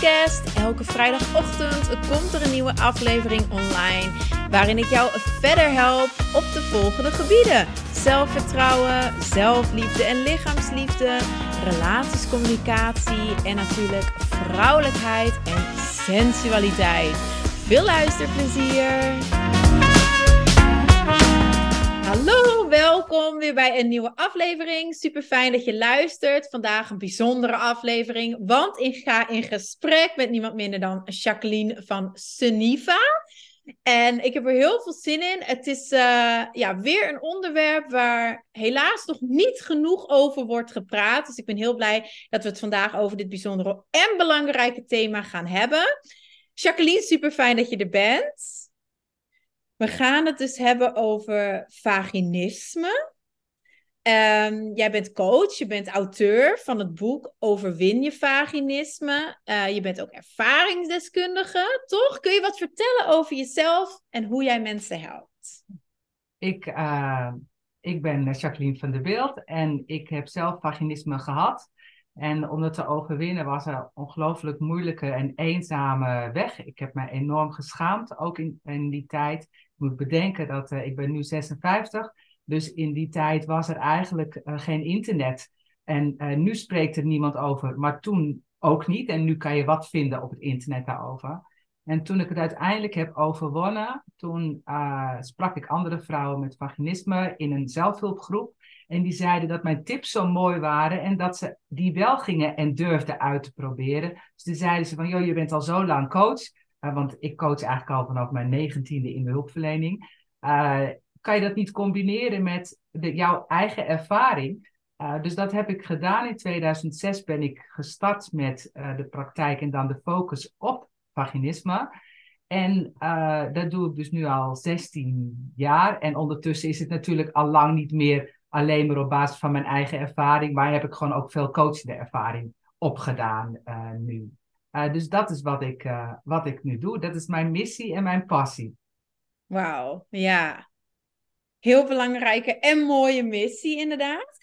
podcast. Elke vrijdagochtend komt er een nieuwe aflevering online waarin ik jou verder help op de volgende gebieden. Zelfvertrouwen, zelfliefde en lichaamsliefde, relatiescommunicatie en natuurlijk vrouwelijkheid en sensualiteit. Veel luisterplezier! Hallo, welkom weer bij een nieuwe aflevering. Super fijn dat je luistert. Vandaag een bijzondere aflevering, want ik ga in gesprek met niemand minder dan Jacqueline van Suniva. En ik heb er heel veel zin in. Het is weer een onderwerp waar helaas nog niet genoeg over wordt gepraat. Dus ik ben heel blij dat we het vandaag over dit bijzondere en belangrijke thema gaan hebben. Jacqueline, super fijn dat je er bent. We gaan het dus hebben over vaginisme. Jij bent coach, je bent auteur van het boek Overwin je vaginisme. Je bent ook ervaringsdeskundige, toch? Kun je wat vertellen over jezelf en hoe jij mensen helpt? Ik ben Jacqueline van der Beeld en ik heb zelf vaginisme gehad. En om dat te overwinnen was er ongelooflijk moeilijke en eenzame weg. Ik heb me enorm geschaamd, ook in die tijd. Ik moet bedenken dat ik ben nu 56, dus in die tijd was er eigenlijk geen internet. En nu spreekt er niemand over, maar toen ook niet. En nu kan je wat vinden op het internet daarover. En toen ik het uiteindelijk heb overwonnen, toen sprak ik andere vrouwen met vaginisme in een zelfhulpgroep. En die zeiden dat mijn tips zo mooi waren en dat ze die wel gingen en durfden uit te proberen. Dus toen zeiden ze van, joh, je bent al zo lang coach. Want ik coach eigenlijk al vanaf mijn 19e in de hulpverlening. Kan je dat niet combineren met jouw eigen ervaring? Dus dat heb ik gedaan. In 2006 ben ik gestart met de praktijk en dan de focus op vaginisme. En dat doe ik dus nu al 16 jaar. En ondertussen is het natuurlijk al lang niet meer alleen maar op basis van mijn eigen ervaring. Maar heb ik gewoon ook veel coachende ervaring opgedaan nu. Dus dat is wat ik nu doe. Dat is mijn missie en mijn passie. Wauw, ja. Heel belangrijke en mooie missie inderdaad.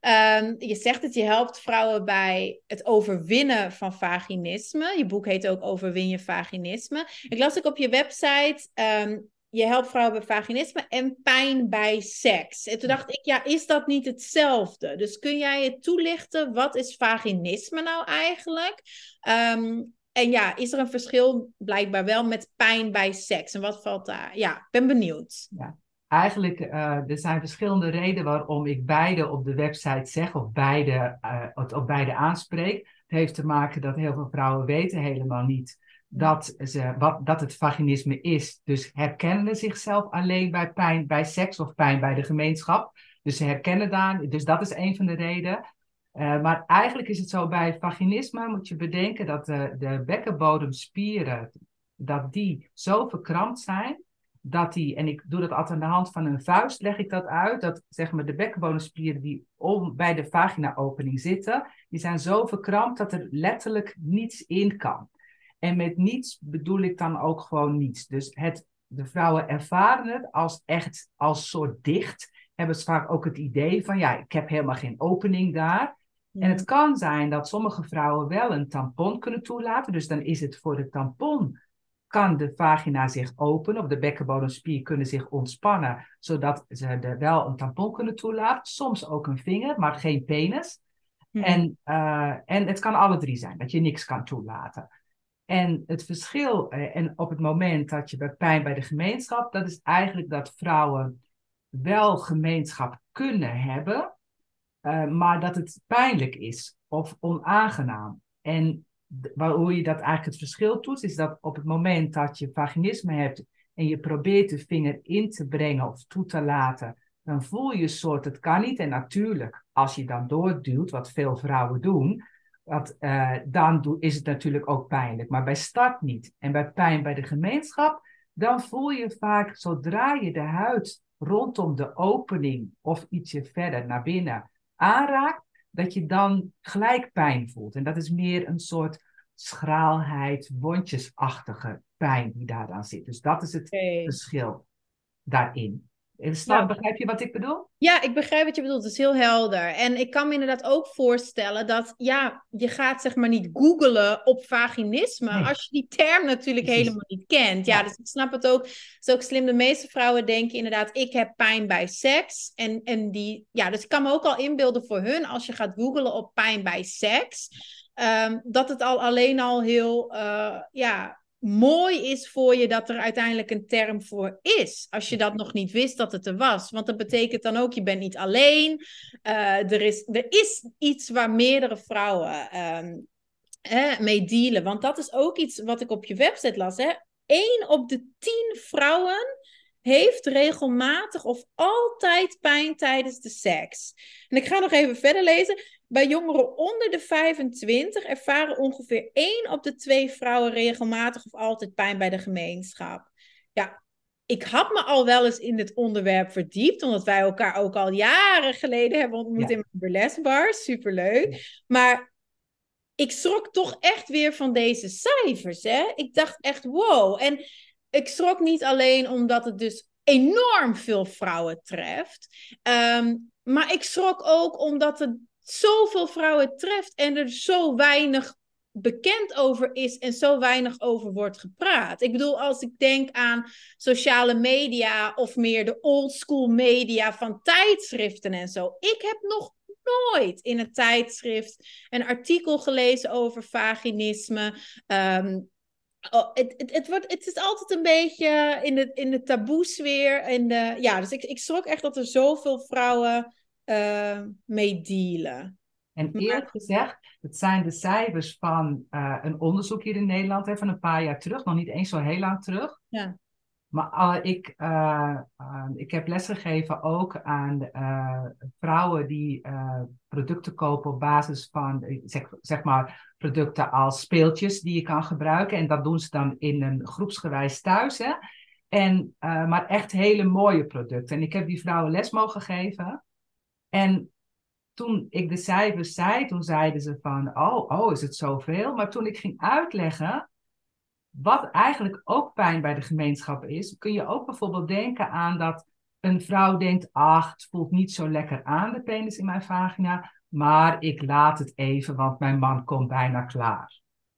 Je zegt dat je helpt vrouwen bij het overwinnen van vaginisme. Je boek heet ook Overwin je vaginisme. Ik las ook op je website, je helpt vrouwen bij vaginisme en pijn bij seks. En toen dacht ik, ja, is dat niet hetzelfde? Dus kun jij het toelichten, wat is vaginisme nou eigenlijk? En ja, is er een verschil blijkbaar wel met pijn bij seks? En wat valt daar? Ja, ik ben benieuwd. Ja. Eigenlijk, er zijn verschillende redenen waarom ik beide op de website zeg of op beide aanspreek. Het heeft te maken dat heel veel vrouwen weten helemaal niet dat het vaginisme is. Dus herkennen zichzelf alleen bij pijn bij seks of pijn bij de gemeenschap. Dus ze herkennen daar, dus dat is een van de redenen. Maar eigenlijk is het zo, bij vaginisme moet je bedenken dat de bekkenbodemspieren, dat die zo verkrampt zijn, en ik doe dat altijd aan de hand van een vuist, leg ik dat uit, dat zeg maar de bekkenbodemspieren die bij de vaginaopening zitten, die zijn zo verkrampt dat er letterlijk niets in kan. En met niets bedoel ik dan ook gewoon niets. Dus de vrouwen ervaren het als soort dicht, hebben ze vaak ook het idee van, ja, ik heb helemaal geen opening daar. Ja. En het kan zijn dat sommige vrouwen wel een tampon kunnen toelaten, dus dan is het voor de tampon, kan de vagina zich openen, of de bekkenbodemspier kunnen zich ontspannen, zodat ze er wel een tampon kunnen toelaten. Soms ook een vinger, maar geen penis. Mm-hmm. En het kan alle drie zijn, dat je niks kan toelaten. En het verschil, en op het moment dat je bij pijn bij de gemeenschap, dat is eigenlijk dat vrouwen wel gemeenschap kunnen hebben, maar dat het pijnlijk is of onaangenaam. En hoe je dat eigenlijk het verschil toetst, is dat op het moment dat je vaginisme hebt en je probeert de vinger in te brengen of toe te laten, dan voel je een soort, het kan niet. En natuurlijk, als je dan doorduwt, wat veel vrouwen doen, dan is het natuurlijk ook pijnlijk. Maar bij start niet. En bij pijn bij de gemeenschap, dan voel je vaak, zodra je de huid rondom de opening of ietsje verder naar binnen aanraakt, dat je dan gelijk pijn voelt. En dat is meer een soort schraalheid, wondjesachtige pijn die daar dan zit. Dus dat is het verschil daarin. Begrijp je wat ik bedoel? Ja, ik begrijp wat je bedoelt. Het is heel helder. En ik kan me inderdaad ook voorstellen dat, ja, je gaat zeg maar niet googlen op vaginisme als je die term natuurlijk helemaal niet kent. Ja, dus ik snap het ook. Het is ook slim. De meeste vrouwen denken inderdaad, ik heb pijn bij seks. En die, ja, dus ik kan me ook al inbeelden voor hun, als je gaat googlen op pijn bij seks, dat het alleen al heel, mooi is voor je dat er uiteindelijk een term voor is. Als je dat nog niet wist dat het er was. Want dat betekent dan ook, je bent niet alleen. Er is iets waar meerdere vrouwen mee dealen. Want dat is ook iets wat ik op je website las. 1 op de 10 vrouwen heeft regelmatig of altijd pijn tijdens de seks. En ik ga nog even verder lezen. Bij jongeren onder de 25 ervaren ongeveer 1 op de 2 vrouwen regelmatig of altijd pijn bij de gemeenschap. Ja, ik had me al wel eens in dit onderwerp verdiept, omdat wij elkaar ook al jaren geleden hebben ontmoet in mijn burlesbar. Superleuk. Maar ik schrok toch echt weer van deze cijfers. Ik dacht echt, wow. En ik schrok niet alleen omdat het dus enorm veel vrouwen treft. Maar ik schrok ook omdat het zoveel vrouwen treft en er zo weinig bekend over is en zo weinig over wordt gepraat. Ik bedoel, als ik denk aan sociale media of meer de oldschool media van tijdschriften en zo. Ik heb nog nooit in een tijdschrift een artikel gelezen over vaginisme. Het is altijd een beetje in de taboesfeer. Dus ik schrok echt dat er zoveel vrouwen mee dealen. En eerlijk gezegd, het zijn de cijfers van een onderzoek hier in Nederland, van een paar jaar terug, nog niet eens zo heel lang terug. Ja. Maar ik heb lesgegeven ook aan vrouwen die producten kopen op basis van, zeg maar, producten als speeltjes die je kan gebruiken. En dat doen ze dan in een groepsgewijs thuis. Hè? Maar echt hele mooie producten. En ik heb die vrouwen les mogen geven. En toen ik de cijfers zei, toen zeiden ze van, oh, is het zoveel? Maar toen ik ging uitleggen wat eigenlijk ook pijn bij de gemeenschap is, kun je ook bijvoorbeeld denken aan dat een vrouw denkt, het voelt niet zo lekker aan, de penis in mijn vagina, maar ik laat het even, want mijn man komt bijna klaar.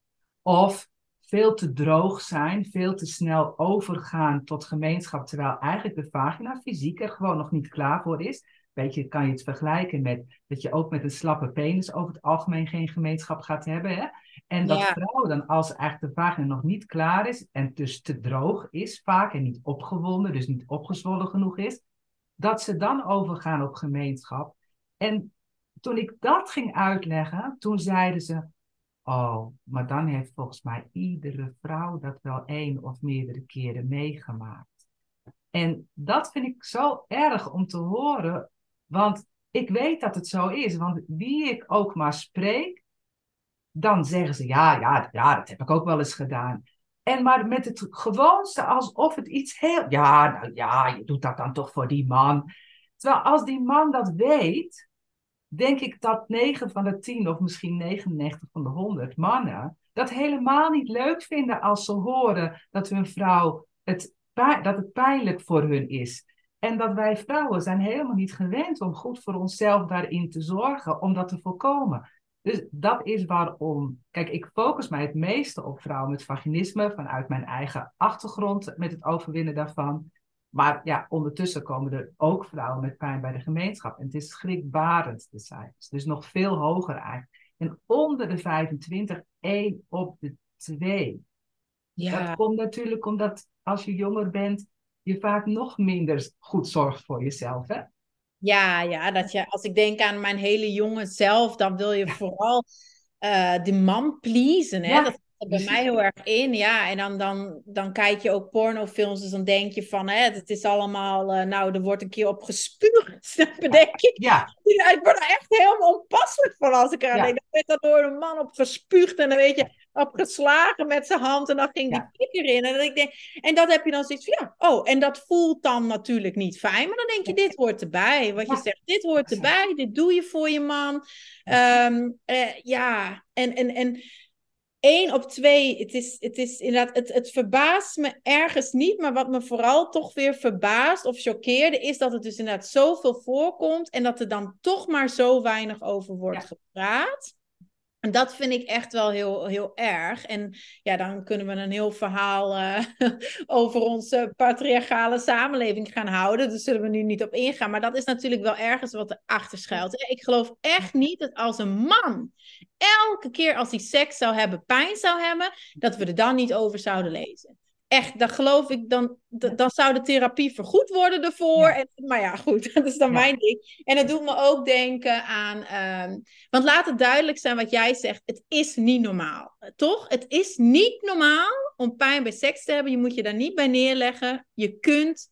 Of veel te droog zijn, veel te snel overgaan tot gemeenschap, terwijl eigenlijk de vagina fysiek er gewoon nog niet klaar voor is. Weet je, kan je het vergelijken met dat je ook met een slappe penis over het algemeen geen gemeenschap gaat hebben. Hè? En dat vrouwen dan, als eigenlijk de vagina nog niet klaar is en dus te droog is vaak en niet opgewonden, dus niet opgezwollen genoeg is, dat ze dan overgaan op gemeenschap. En toen ik dat ging uitleggen, toen zeiden ze, maar dan heeft volgens mij iedere vrouw dat wel 1 of meerdere keren meegemaakt. En dat vind ik zo erg om te horen, want ik weet dat het zo is. Want wie ik ook maar spreek, dan zeggen ze, ja, dat heb ik ook wel eens gedaan. Maar met het gewoonste, alsof het iets heel... je doet dat dan toch voor die man. Terwijl als die man dat weet, denk ik dat 9 van de 10 of misschien 99 van de 100 mannen dat helemaal niet leuk vinden als ze horen dat hun vrouw dat het pijnlijk voor hun is. En dat wij vrouwen zijn helemaal niet gewend om goed voor onszelf daarin te zorgen, om dat te voorkomen. Dus dat is waarom. Kijk, ik focus mij het meeste op vrouwen met vaginisme vanuit mijn eigen achtergrond met het overwinnen daarvan. Maar ja, ondertussen komen er ook vrouwen met pijn bij de gemeenschap. En het is schrikbarend, de cijfers. Dus nog veel hoger eigenlijk. En onder de 25, 1 op de 2. Ja. Dat komt natuurlijk omdat als je jonger bent, je vaak nog minder goed zorgt voor jezelf, hè? Ja, als ik denk aan mijn hele jonge zelf, dan wil je vooral de man pleasen, hè? Dat zit bij mij heel erg in, ja. En dan kijk je ook pornofilms, dus dan denk je van, het is allemaal, er wordt een keer op gespuugd. Dan bedenk ik, ik word er echt helemaal onpasselijk van als ik eraan denk. Dan werd er door een man op gespuugd en dan weet je, op geslagen met zijn hand en dan ging die pik erin. En dat heb je dan zoiets van, en dat voelt dan natuurlijk niet fijn, maar dan denk je, dit hoort erbij. Wat je zegt, dit hoort erbij, dit doe je voor je man. En 1 op 2, het is inderdaad, het verbaast me ergens niet, maar wat me vooral toch weer verbaast of choqueerde, is dat het dus inderdaad zoveel voorkomt en dat er dan toch maar zo weinig over wordt gepraat. En dat vind ik echt wel heel, heel erg. En ja, dan kunnen we een heel verhaal over onze patriarchale samenleving gaan houden. Daar zullen we nu niet op ingaan. Maar dat is natuurlijk wel ergens wat erachter schuilt. Ik geloof echt niet dat als een man elke keer als hij seks zou hebben, pijn zou hebben, dat we er dan niet over zouden lezen. Echt, dat geloof ik, dan zou de therapie vergoed worden ervoor. Ja. Maar ja, goed, dat is dan mijn ding. En het doet me ook denken aan... want laat het duidelijk zijn wat jij zegt. Het is niet normaal, toch? Het is niet normaal om pijn bij seks te hebben. Je moet je daar niet bij neerleggen. Je kunt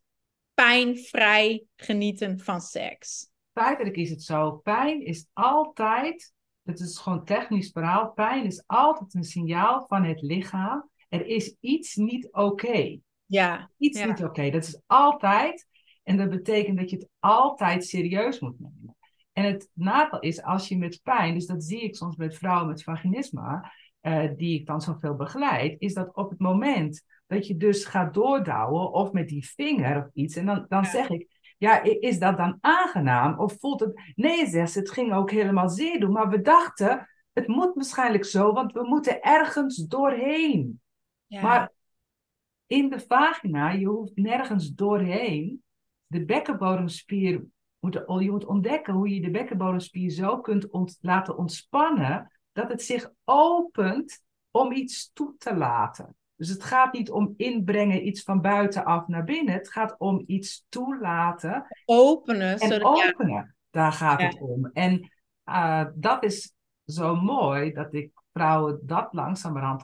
pijnvrij genieten van seks. Feitelijk is het zo. Pijn is altijd, het is gewoon technisch verhaal, pijn is altijd een signaal van het lichaam. Er is iets niet oké. Ja. Iets niet oké. Dat is altijd, en dat betekent dat je het altijd serieus moet nemen. En het nadeel is, als je met pijn, dus dat zie ik soms met vrouwen met vaginisme, die ik dan zoveel begeleid, is dat op het moment dat je dus gaat doordouwen, of met die vinger of iets, en dan zeg ik, ja, is dat dan aangenaam? Of voelt het... Nee, zegt ze, het ging ook helemaal zeer doen. Maar we dachten, het moet waarschijnlijk zo, want we moeten ergens doorheen. Ja. Maar in de vagina, je hoeft nergens doorheen. De bekkenbodemspier, je moet ontdekken hoe je de bekkenbodemspier zo kunt laten ontspannen, dat het zich opent om iets toe te laten. Dus het gaat niet om inbrengen, iets van buitenaf naar binnen. Het gaat om iets toelaten. Openen. En openen, daar gaat het om. En dat is zo mooi dat ik vrouwen dat langzamerhand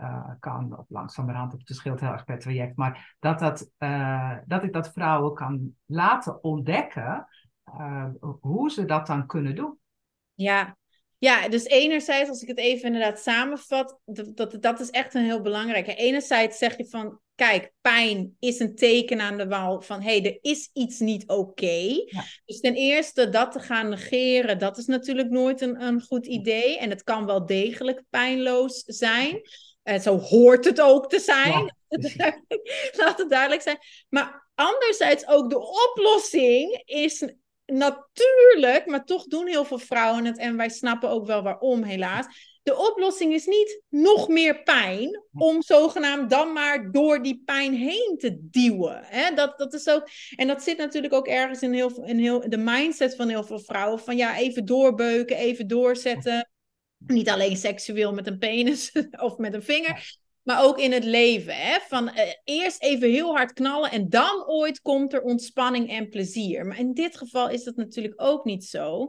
of langzamerhand, het verschilt heel erg per traject, maar dat ik dat vrouwen kan laten ontdekken hoe ze dat dan kunnen doen. Ja. Ja, dus enerzijds, als ik het even inderdaad samenvat, dat is echt een heel belangrijk. Enerzijds zeg je van, kijk, pijn is een teken aan de wal van, er is iets niet oké. Ja. Dus ten eerste, dat te gaan negeren, dat is natuurlijk nooit een goed idee. En het kan wel degelijk pijnloos zijn. Zo hoort het ook te zijn. Ja, laat het duidelijk zijn. Maar anderzijds ook de oplossing is natuurlijk, maar toch doen heel veel vrouwen het en wij snappen ook wel waarom, helaas. De oplossing is niet nog meer pijn om zogenaamd dan maar door die pijn heen te duwen. Hè? Dat is ook, en dat zit natuurlijk ook ergens in heel de mindset van heel veel vrouwen van ja, even doorbeuken, even doorzetten. Niet alleen seksueel met een penis of met een vinger, maar ook in het leven. Hè? Van eerst even heel hard knallen en dan ooit komt er ontspanning en plezier. Maar in dit geval is dat natuurlijk ook niet zo.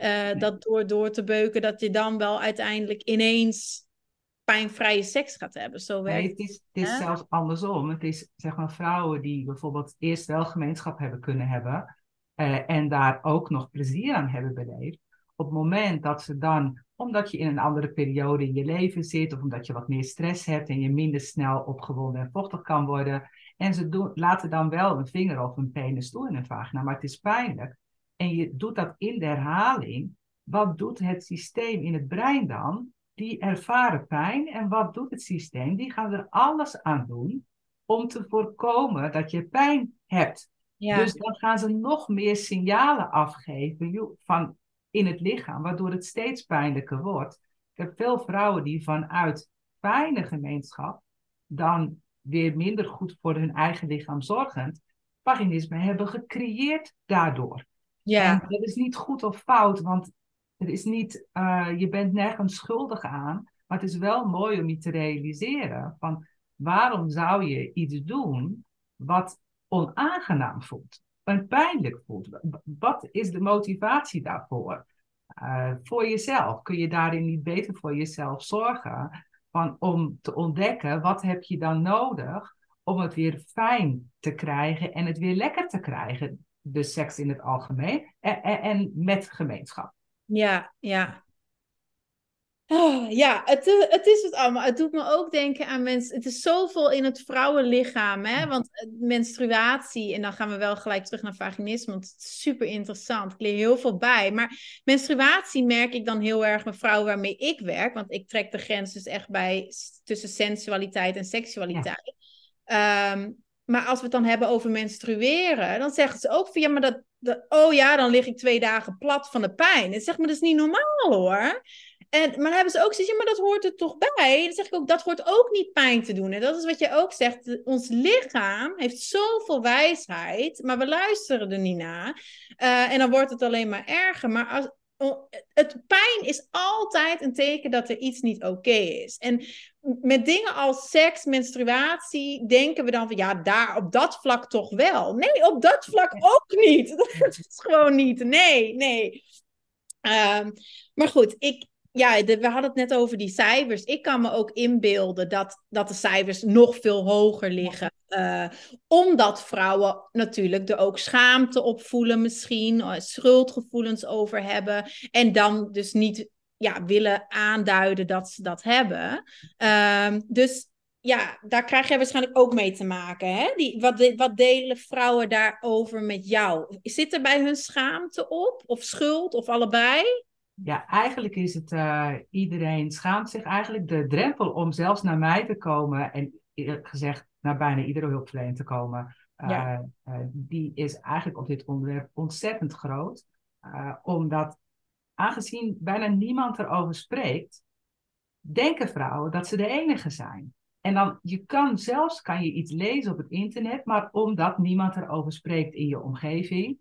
Dat door te beuken, dat je dan wel uiteindelijk ineens pijnvrije seks gaat hebben. Zo werkt het is zelfs andersom. Het is zeg maar vrouwen die bijvoorbeeld eerst wel gemeenschap hebben kunnen hebben en daar ook nog plezier aan hebben beleefd. Op het moment dat ze dan, omdat je in een andere periode in je leven zit, of omdat je wat meer stress hebt en je minder snel opgewonden en vochtig kan worden, en ze laten dan wel een vinger of een penis toe in een vagina, maar het is pijnlijk. En je doet dat in de herhaling. Wat doet het systeem in het brein dan? Die ervaren pijn. En wat doet het systeem? Die gaan er alles aan doen om te voorkomen dat je pijn hebt. Ja. Dus dan gaan ze nog meer signalen afgeven in het lichaam, waardoor het steeds pijnlijker wordt. Ik heb veel vrouwen die vanuit fijne gemeenschap dan weer minder goed voor hun eigen lichaam zorgend vaginisme hebben gecreëerd daardoor. Ja. En dat is niet goed of fout, want het is niet, je bent nergens schuldig aan, maar het is wel mooi om je te realiseren van waarom zou je iets doen wat onaangenaam voelt en pijnlijk voelt. Wat is de motivatie daarvoor? Voor jezelf. Kun je daarin niet beter voor jezelf zorgen om te ontdekken wat heb je dan nodig om het weer fijn te krijgen en het weer lekker te krijgen. De seks in het algemeen en met gemeenschap. Ja, ja. Oh, ja, het is het allemaal. Het doet me ook denken aan mensen. Het is zoveel in het vrouwenlichaam, hè? Want menstruatie, en dan gaan we wel gelijk terug naar vaginisme, want het is super interessant. Ik leer heel veel bij. Maar menstruatie merk ik dan heel erg met vrouwen waarmee ik werk, want ik trek de grens dus echt bij tussen sensualiteit en Ja, seksualiteit. Ehm, maar als we het dan hebben over menstrueren, dan zeggen ze ook van ja, maar oh ja, dan lig ik 2 dagen plat van de pijn. En zeg maar, dat is niet normaal hoor. Maar dan hebben ze ook zoiets, ja, maar dat hoort er toch bij? Dan zeg ik ook, dat hoort ook niet pijn te doen. En dat is wat je ook zegt, ons lichaam heeft zoveel wijsheid, maar we luisteren er niet naar. En dan wordt het alleen maar erger. Maar het pijn is altijd een teken dat er iets niet oké is. En met dingen als seks, menstruatie, denken we dan van, ja, daar op dat vlak toch wel. Nee, op dat vlak ook niet. Dat is gewoon niet. Nee, nee. Um, maar goed, we hadden het net over die cijfers. Ik kan me ook inbeelden dat de cijfers nog veel hoger liggen. Omdat vrouwen natuurlijk er ook schaamte op voelen misschien. Schuldgevoelens over hebben. En dan dus niet willen aanduiden dat ze dat hebben. Dus ja, daar krijg jij waarschijnlijk ook mee te maken. Hè? Wat delen vrouwen daarover met jou? Zit er bij hun schaamte op? Of schuld? Of allebei? ja, eigenlijk is het, iedereen schaamt zich eigenlijk. De drempel om zelfs naar mij te komen en eerlijk gezegd naar bijna iedere hulpverlener te komen, Ja. die is eigenlijk op dit onderwerp ontzettend groot. Omdat aangezien bijna niemand erover spreekt, denken vrouwen dat ze de enige zijn. En dan, kan je iets lezen op het internet, maar omdat niemand erover spreekt in je omgeving,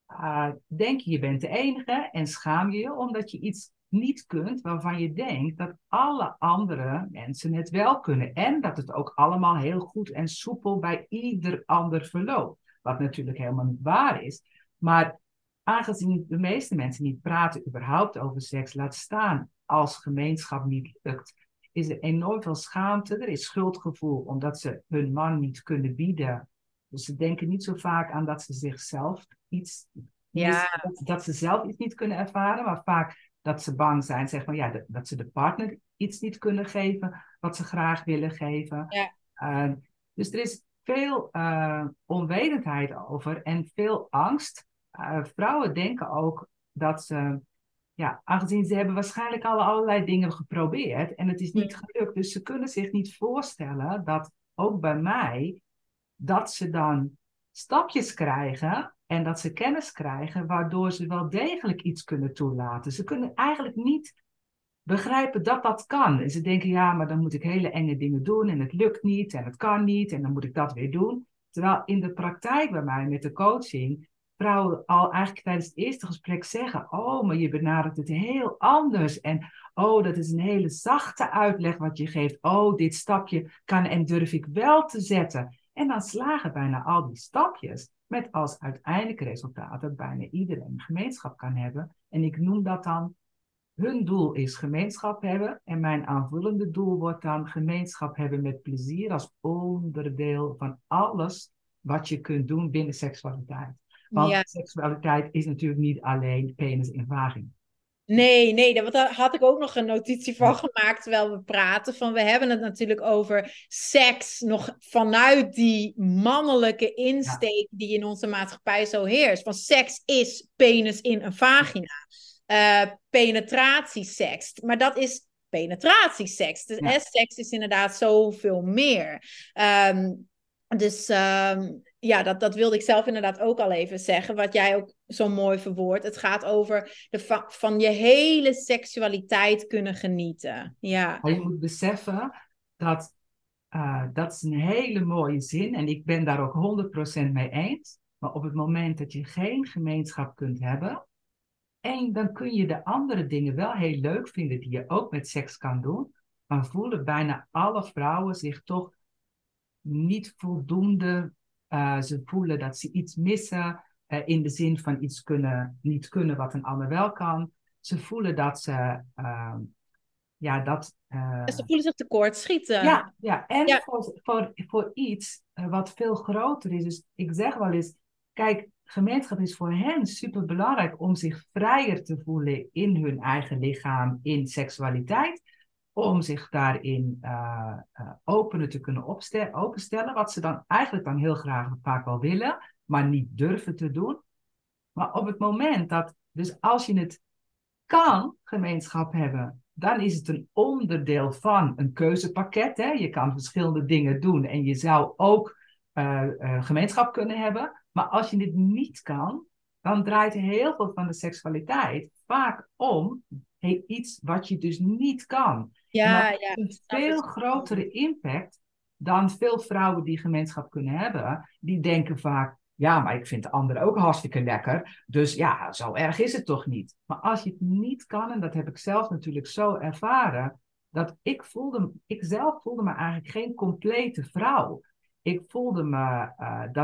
denk je bent de enige en schaam je je omdat je iets niet kunt waarvan je denkt dat alle andere mensen het wel kunnen. En dat het ook allemaal heel goed en soepel bij ieder ander verloopt. Wat natuurlijk helemaal niet waar is. Maar aangezien de meeste mensen niet praten überhaupt over seks, laat staan als gemeenschap niet lukt, is er enorm veel schaamte. Er is schuldgevoel omdat ze hun man niet kunnen bieden. Dus ze denken niet zo vaak aan dat ze zichzelf iets Ja, dat ze zelf iets niet kunnen ervaren, maar vaak dat ze bang zijn, zeg maar, ja, dat ze de partner iets niet kunnen geven wat ze graag willen geven. ja. Uh, dus er is veel onwetendheid over en veel angst. Vrouwen denken ook dat ze, ja, aangezien ze hebben waarschijnlijk allerlei dingen geprobeerd en het is niet gelukt, dus ze kunnen zich niet voorstellen dat ook bij mij, dat ze dan stapjes krijgen en dat ze kennis krijgen waardoor ze wel degelijk iets kunnen toelaten. Ze kunnen eigenlijk niet begrijpen dat dat kan. En ze denken, ja, maar dan moet ik hele enge dingen doen en het lukt niet en het kan niet en dan moet ik dat weer doen. Terwijl in de praktijk bij mij met de coaching vrouwen al eigenlijk tijdens het eerste gesprek zeggen, oh, maar je benadert het heel anders en oh, dat is een hele zachte uitleg wat je geeft. Oh, dit stapje kan en durf ik wel te zetten. En dan slagen bijna al die stapjes met als uiteindelijke resultaat dat bijna iedereen een gemeenschap kan hebben. En ik noem dat dan, hun doel is gemeenschap hebben en mijn aanvullende doel wordt dan gemeenschap hebben met plezier als onderdeel van alles wat je kunt doen binnen seksualiteit. Want Ja. seksualiteit is natuurlijk niet alleen penis en vagina. Nee, nee, daar had ik ook nog een notitie van Ja, gemaakt terwijl we praten. Van we hebben het natuurlijk over seks nog vanuit die mannelijke ja, insteek die in onze maatschappij zo heerst. Van seks is penis in een vagina. Penetratieseks. Maar dat is penetratieseks. Dus ja. seks is inderdaad zoveel meer. Ja, dat wilde ik zelf inderdaad ook al even zeggen. Wat jij ook zo mooi verwoordt. Het gaat over van je hele seksualiteit kunnen genieten. Ja. Maar je moet beseffen dat dat is een hele mooie zin en ik ben daar ook 100% mee eens. Maar op het moment dat je geen gemeenschap kunt hebben, en dan kun je de andere dingen wel heel leuk vinden die je ook met seks kan doen, maar voelen bijna alle vrouwen zich toch niet voldoende. Ze voelen dat ze iets missen in de zin van iets niet kunnen wat een ander wel kan. Ze voelen dat ze, ja, dat. Ze voelen zich tekort schieten. Ja, en Ja, voor iets wat veel groter is. Dus ik zeg wel eens, Kijk, gemeenschap is voor hen superbelangrijk om zich vrijer te voelen in hun eigen lichaam, in seksualiteit. Om zich daarin opener te kunnen openstellen. Wat ze dan eigenlijk dan heel graag vaak wel willen, maar niet durven te doen. Maar op het moment dat, dus als je het kan, gemeenschap hebben, dan is het een onderdeel van een keuzepakket. Hè? Je kan verschillende dingen doen en je zou ook gemeenschap kunnen hebben. Maar als je dit niet kan, dan draait heel veel van de seksualiteit vaak om iets wat je dus niet kan. En dat Ja, heeft ja. een Snap veel het. grotere impact dan veel vrouwen die gemeenschap kunnen hebben. Die denken vaak, ja, maar ik vind de anderen ook hartstikke lekker. Dus ja, zo erg is het toch niet. Maar als je het niet kan, en dat heb ik zelf natuurlijk zo ervaren, dat ik zelf voelde me eigenlijk geen complete vrouw. Ik voelde me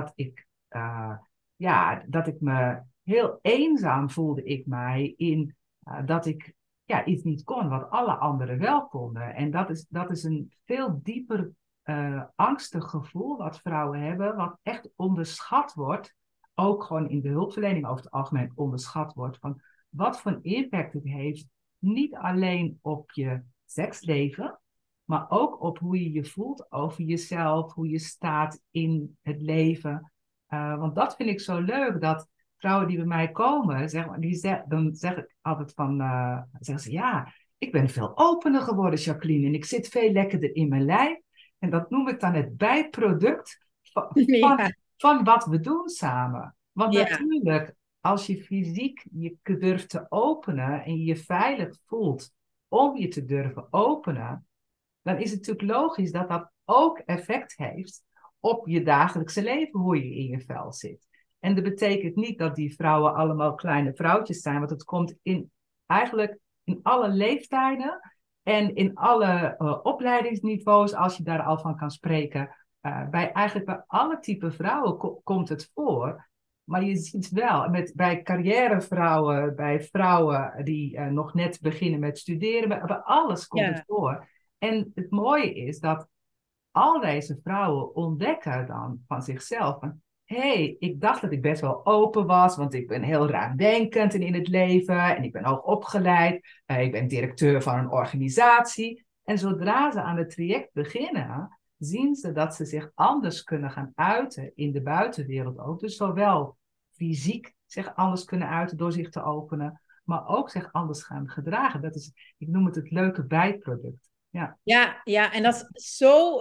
dat ik me heel eenzaam voelde ik mij in dat ik iets niet kon, wat alle anderen wel konden. En dat is een veel dieper angstig gevoel wat vrouwen hebben, wat echt onderschat wordt, ook gewoon in de hulpverlening over het algemeen onderschat wordt, van wat voor impact het heeft, niet alleen op je seksleven, maar ook op hoe je je voelt over jezelf, hoe je staat in het leven. Want dat vind ik zo leuk, dat vrouwen die bij mij komen, dan zeg ik altijd zeggen ze, ja, ik ben veel opener geworden, Jacqueline, en ik zit veel lekkerder in mijn lijf. En dat noem ik dan het bijproduct Ja, van wat we doen samen. Want ja, natuurlijk, als je fysiek je durft te openen en je je veilig voelt om je te durven openen, dan is het natuurlijk logisch dat dat ook effect heeft op je dagelijkse leven, hoe je in je vel zit. En dat betekent niet dat die vrouwen allemaal kleine vrouwtjes zijn, want het komt eigenlijk in alle leeftijden en in alle opleidingsniveaus, als je daar al van kan spreken. Eigenlijk bij alle type vrouwen komt het voor. Maar je ziet wel, bij carrièrevrouwen, bij vrouwen die nog net beginnen met studeren, bij alles komt het ja. voor. En het mooie is dat al deze vrouwen ontdekken dan van zichzelf van, hey, ik dacht dat ik best wel open was, want ik ben heel ruimdenkend in het leven en ik ben hoog opgeleid. Ik ben directeur van een organisatie. En zodra ze aan het traject beginnen, zien ze dat ze zich anders kunnen gaan uiten in de buitenwereld ook. Dus zowel fysiek zich anders kunnen uiten door zich te openen, maar ook zich anders gaan gedragen. Dat is, ik noem het leuke bijproduct. Ja. Ja, ja, en dat is zo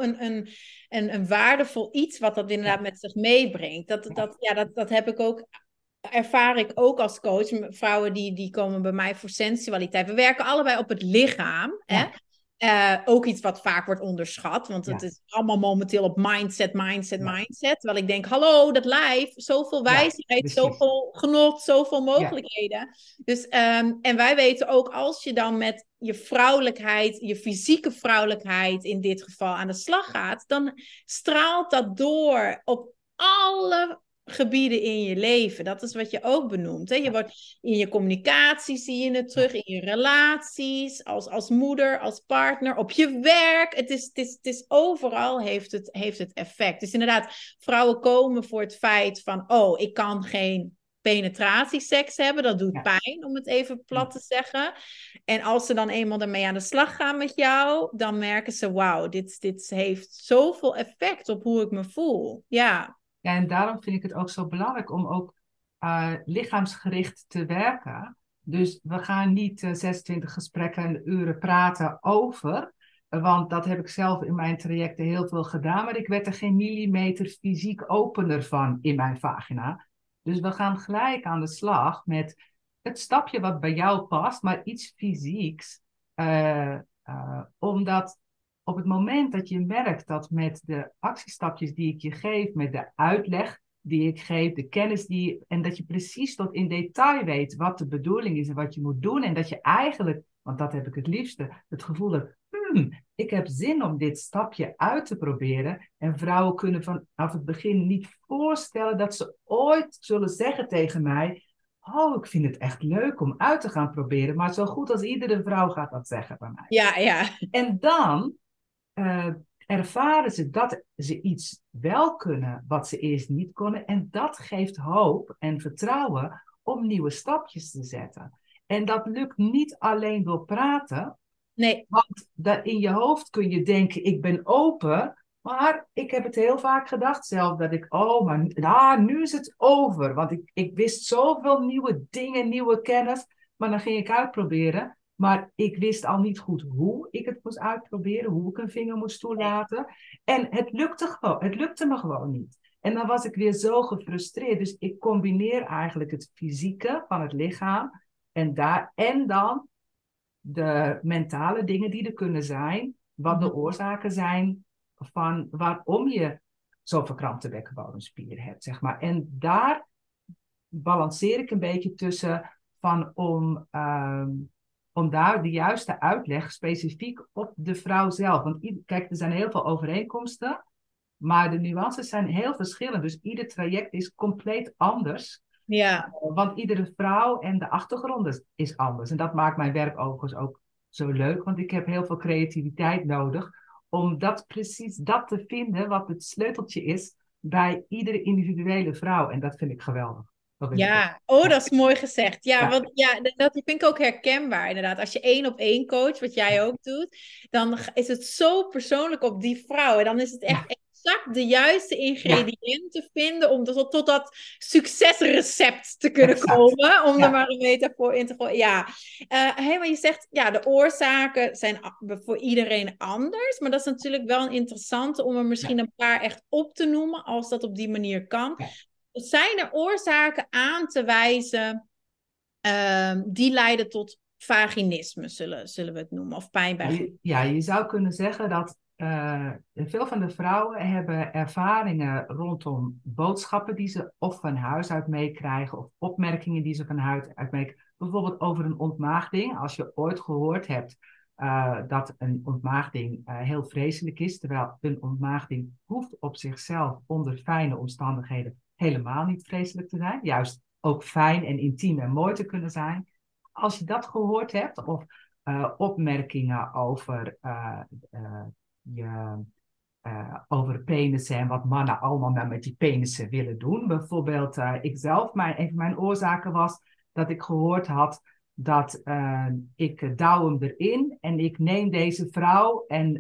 een waardevol iets wat dat inderdaad Ja, met zich meebrengt. ja, Dat heb ik ook, ervaar ik ook als coach. Vrouwen die komen bij mij voor sensualiteit. We werken allebei op het lichaam. Hè? ja, Ook iets wat vaak wordt onderschat, want het ja, is allemaal momenteel op mindset, mindset, ja, mindset. Terwijl ik denk, hallo, dat lijf, zoveel ja, wijsheid, precies. zoveel genot, zoveel Ja, mogelijkheden. Dus, en wij weten ook, als je dan met je vrouwelijkheid, je fysieke vrouwelijkheid in dit geval aan de slag gaat, dan straalt dat door op alle gebieden in je leven. Dat is wat je ook benoemt. Hè? Je ja, wordt in je communicatie zie je het ja, terug, in je relaties, als moeder, als partner, op je werk. Het is overal heeft het effect. Dus inderdaad, vrouwen komen voor het feit van, oh, ik kan geen penetratieseks hebben. Dat doet ja, pijn, om het even ja. plat te zeggen. En als ze dan eenmaal ermee aan de slag gaan met jou, dan merken ze, wauw, dit heeft zoveel effect op hoe ik me voel. Ja, Ja, en daarom vind ik het ook zo belangrijk om ook lichaamsgericht te werken. Dus we gaan niet 26 gesprekken en uren praten over. Want dat heb ik zelf in mijn trajecten heel veel gedaan. Maar ik werd er geen millimeter fysiek opener van in mijn vagina. Dus we gaan gelijk aan de slag met het stapje wat bij jou past, maar iets fysieks. Omdat op het moment dat je merkt dat met de actiestapjes die ik je geef, met de uitleg die ik geef, de kennis en dat je precies tot in detail weet wat de bedoeling is en wat je moet doen. En dat je eigenlijk, want dat heb ik het liefste, het gevoel hebt, ik heb zin om dit stapje uit te proberen. En vrouwen kunnen vanaf het begin niet voorstellen dat ze ooit zullen zeggen tegen mij, oh, ik vind het echt leuk om uit te gaan proberen. Maar zo goed als iedere vrouw gaat dat zeggen bij mij. ja, ja. En dan uh, ervaren ze dat ze iets wel kunnen wat ze eerst niet konden. En dat geeft hoop en vertrouwen om nieuwe stapjes te zetten. En dat lukt niet alleen door praten. Nee. Want in je hoofd kun je denken, ik ben open. Maar ik heb het heel vaak gedacht zelf, dat ik, maar nu is het over. Want ik wist zoveel nieuwe dingen, nieuwe kennis. Maar dan ging ik uitproberen. Maar ik wist al niet goed hoe ik het moest uitproberen, hoe ik een vinger moest toelaten. En het lukte me gewoon niet. En dan was ik weer zo gefrustreerd. Dus ik combineer eigenlijk het fysieke van het lichaam. En dan de mentale dingen die er kunnen zijn. Wat de oorzaken zijn van waarom je zo'n verkrampte bekkenbodemspier hebt, zeg maar. En daar balanceer ik een beetje tussen van om daar de juiste uitleg specifiek op de vrouw zelf. Want kijk, er zijn heel veel overeenkomsten, maar de nuances zijn heel verschillend. Dus ieder traject is compleet anders. Ja. Want iedere vrouw en de achtergrond is anders. En dat maakt mijn werk overigens ook zo leuk. Want ik heb heel veel creativiteit nodig om precies dat te vinden wat het sleuteltje is bij iedere individuele vrouw. En dat vind ik geweldig. Ja, oh, dat is mooi gezegd. Ja, Ja. want dat vind ik ook herkenbaar inderdaad. Als je 1-op-1 coach, wat jij ook doet, dan is het zo persoonlijk op die vrouw. En dan is het echt exact de juiste ingrediënten vinden om tot dat succesrecept te kunnen komen. Om er maar een metafoor in te gooien. Ja, maar je zegt, de oorzaken zijn voor iedereen anders. Maar dat is natuurlijk wel een interessante om er misschien een paar echt op te noemen, als dat op die manier kan. Ja. Zijn er oorzaken aan te wijzen die leiden tot vaginisme, zullen we het noemen, of pijn bij? Ja, je zou kunnen zeggen dat veel van de vrouwen hebben ervaringen rondom boodschappen die ze of van huis uit meekrijgen, of opmerkingen die ze van huis uit meekrijgen. Bijvoorbeeld over een ontmaagding. Als je ooit gehoord hebt dat een ontmaagding heel vreselijk is, terwijl een ontmaagding hoeft op zichzelf onder fijne omstandigheden helemaal niet vreselijk te zijn. Juist ook fijn en intiem en mooi te kunnen zijn. Als je dat gehoord hebt, of opmerkingen over over penissen en wat mannen allemaal met die penissen willen doen. Bijvoorbeeld, een van mijn oorzaken was dat ik gehoord had dat ik douw hem erin en ik neem deze vrouw en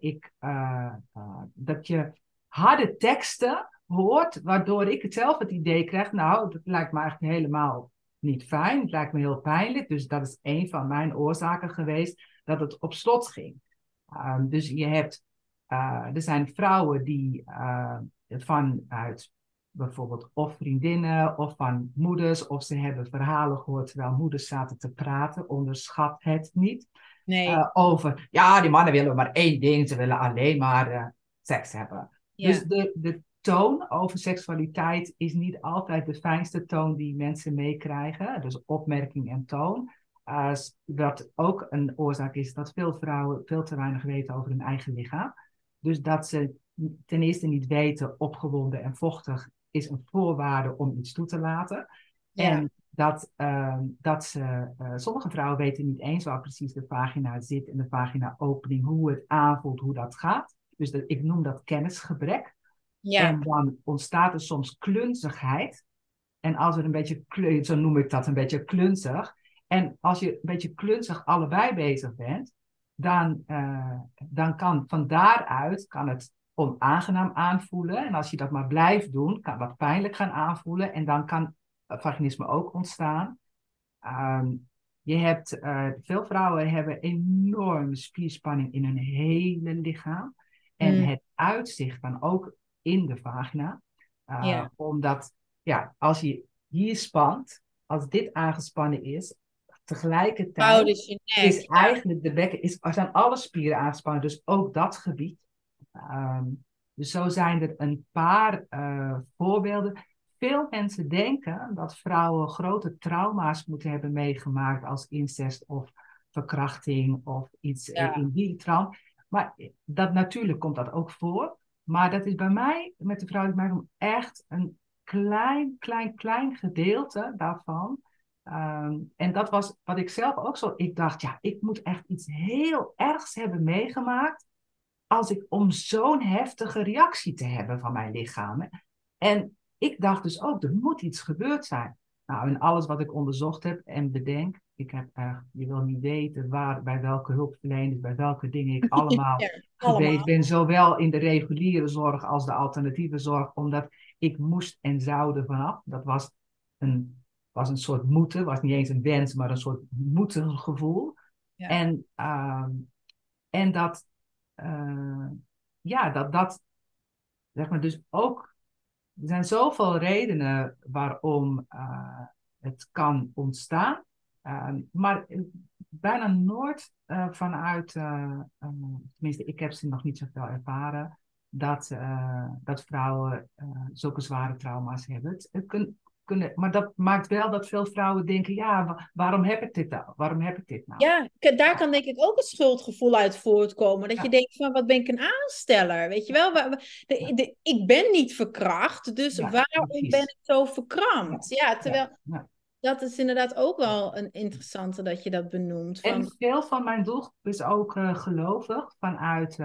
dat je harde teksten hoort, waardoor ik het idee krijg, nou, dat lijkt me eigenlijk helemaal niet fijn. Het lijkt me heel pijnlijk. Dus dat is een van mijn oorzaken geweest dat het op slot ging. Dus er zijn vrouwen die vanuit bijvoorbeeld of vriendinnen of van moeders, of ze hebben verhalen gehoord terwijl moeders zaten te praten. Onderschat het niet. Nee. Over, die mannen willen maar één ding. Ze willen alleen maar seks hebben. Ja. Dus de toon over seksualiteit is niet altijd de fijnste toon die mensen meekrijgen. Dus opmerking en toon. Wat ook een oorzaak is dat veel vrouwen veel te weinig weten over hun eigen lichaam. Dus dat ze ten eerste niet weten, opgewonden en vochtig is een voorwaarde om iets toe te laten. Ja. En dat sommige vrouwen weten niet eens waar precies de vagina zit en de vagina-opening, hoe het aanvoelt, hoe dat gaat. Dus ik noem dat kennisgebrek. Ja. En dan ontstaat er soms klunzigheid. En als er een beetje, zo noem ik dat, een beetje klunzig. En als je een beetje klunzig allebei bezig bent, dan kan van daaruit het onaangenaam aanvoelen. En als je dat maar blijft doen, kan dat pijnlijk gaan aanvoelen. En dan kan vaginisme ook ontstaan. Veel vrouwen hebben enorme spierspanning in hun hele lichaam. En het uitzicht dan ook in de vagina. Omdat, als je hier spant, als dit aangespannen is, tegelijkertijd is eigenlijk de bekken, zijn alle spieren aangespannen, dus ook dat gebied. Dus zo zijn er een paar voorbeelden. Veel mensen denken dat vrouwen grote trauma's moeten hebben meegemaakt als incest of verkrachting of iets in die trant. Maar natuurlijk komt dat ook voor. Maar dat is bij mij, met de vrouw die mij komt, echt een klein gedeelte daarvan. En dat was wat ik zelf ook zo. Ik dacht, ik moet echt iets heel ergs hebben meegemaakt. om zo'n heftige reactie te hebben van mijn lichaam. Hè. En ik dacht dus ook, er moet iets gebeurd zijn. Nou, en alles wat ik onderzocht heb en bedenk, je wil niet weten bij welke hulpverleners, bij welke dingen ik allemaal Ja, geweest allemaal. ben, zowel in de reguliere zorg als de alternatieve zorg, omdat ik moest en zou er vanaf. Dat was een soort moeten, was niet eens een wens, maar een soort moeten gevoel. Ja. En dat, uh, ja, dat, zeg maar, dus ook, er zijn zoveel redenen waarom het kan ontstaan, maar bijna nooit vanuit, tenminste, ik heb ze nog niet zoveel ervaren, dat vrouwen zulke zware trauma's hebben. Maar dat maakt wel dat veel vrouwen denken, ja, waarom heb ik dit nou? Waarom heb ik dit nou? Ja, daar kan denk ik ook een schuldgevoel uit voortkomen. Dat je Ja, denkt van, wat ben ik een aansteller? Weet je wel, ja, ik ben niet verkracht, dus ja, waarom ben precies. ik zo Ja, verkrampt? Ja, ja, terwijl ja. dat is inderdaad ook wel een interessante dat je dat benoemt. En Van, veel van mijn doelgroep is ook gelovig vanuit,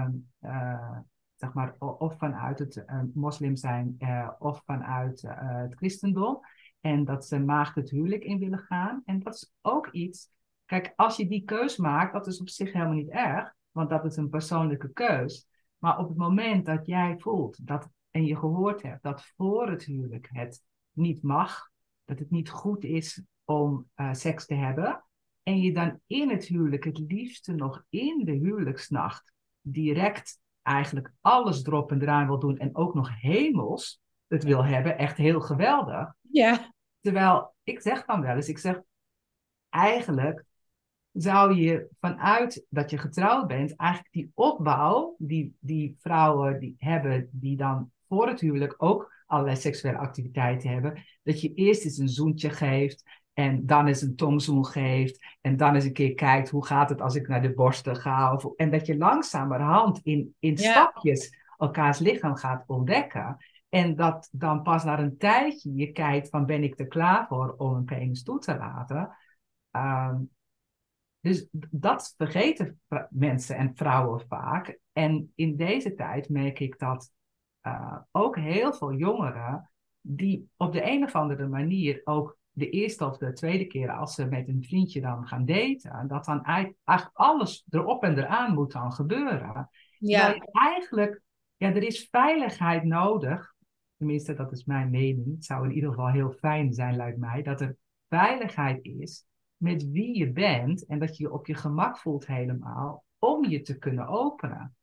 zeg maar, of vanuit het moslim zijn of vanuit het christendom. En dat ze maagd het huwelijk in willen gaan. En dat is ook iets, kijk, als je die keus maakt, dat is op zich helemaal niet erg, want dat is een persoonlijke keus. Maar op het moment dat jij voelt en je gehoord hebt dat voor het huwelijk het niet mag, dat het niet goed is om seks te hebben, en je dan in het huwelijk, het liefste nog in de huwelijksnacht, direct eigenlijk alles erop en eraan wil doen en ook nog hemels het wil hebben, echt heel geweldig. ja, Terwijl ik zeg dan wel eens, ik zeg eigenlijk zou je vanuit dat je getrouwd bent, eigenlijk die opbouw die vrouwen die hebben, die dan voor het huwelijk ook allerlei seksuele activiteiten hebben, dat je eerst eens een zoentje geeft en dan eens een tongzoen geeft en dan eens een keer kijkt hoe gaat het als ik naar de borsten ga. En dat je langzamerhand in ja, stapjes elkaars lichaam gaat ontdekken. En dat dan pas na een tijdje je kijkt van ben ik er klaar voor om een penis toe te laten. Um, dus dat vergeten mensen en vrouwen vaak. En in deze tijd merk ik dat ook heel veel jongeren, die op de een of andere manier ook de eerste of de tweede keer als ze met een vriendje dan gaan daten, dat dan eigenlijk alles erop en eraan moet dan gebeuren. Terwijl ja, je eigenlijk, ja, er is veiligheid nodig. Tenminste, dat is mijn mening. Het zou in ieder geval heel fijn zijn, lijkt mij, dat er veiligheid is met wie je bent en dat je je op je gemak voelt helemaal om je te kunnen openen.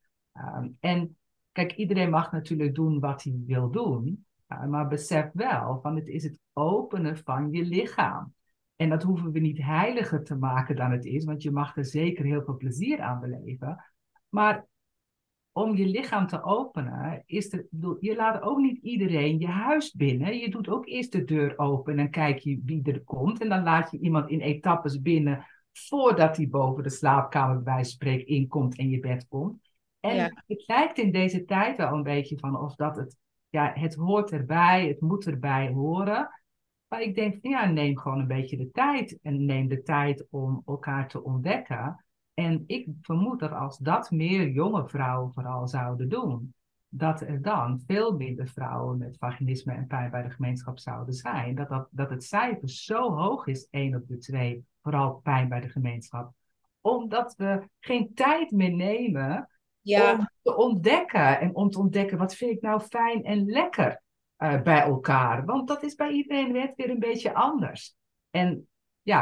En kijk, iedereen mag natuurlijk doen wat hij wil doen, maar besef wel van het is het openen van je lichaam. En dat hoeven we niet heiliger te maken dan het is, want je mag er zeker heel veel plezier aan beleven. Maar om je lichaam te openen, je laat ook niet iedereen je huis binnen. Je doet ook eerst de deur open en dan kijk je wie er komt. En dan laat je iemand in etappes binnen voordat hij boven de slaapkamer bij wijze van spreken inkomt en je bed komt. ja, En het lijkt in deze tijd wel een beetje van of dat het hoort erbij, het moet erbij horen. Maar ik denk, ja, neem gewoon een beetje de tijd. En neem de tijd om elkaar te ontdekken. En ik vermoed dat als dat meer jonge vrouwen vooral zouden doen, dat er dan veel minder vrouwen met vaginisme en pijn bij de gemeenschap zouden zijn. Dat het cijfer zo hoog is, 1 op de 2, vooral pijn bij de gemeenschap. Omdat we geen tijd meer nemen ja, om te ontdekken. En om te ontdekken, wat vind ik nou fijn en lekker bij elkaar. Want dat is bij iedereen net weer een beetje anders. En ja,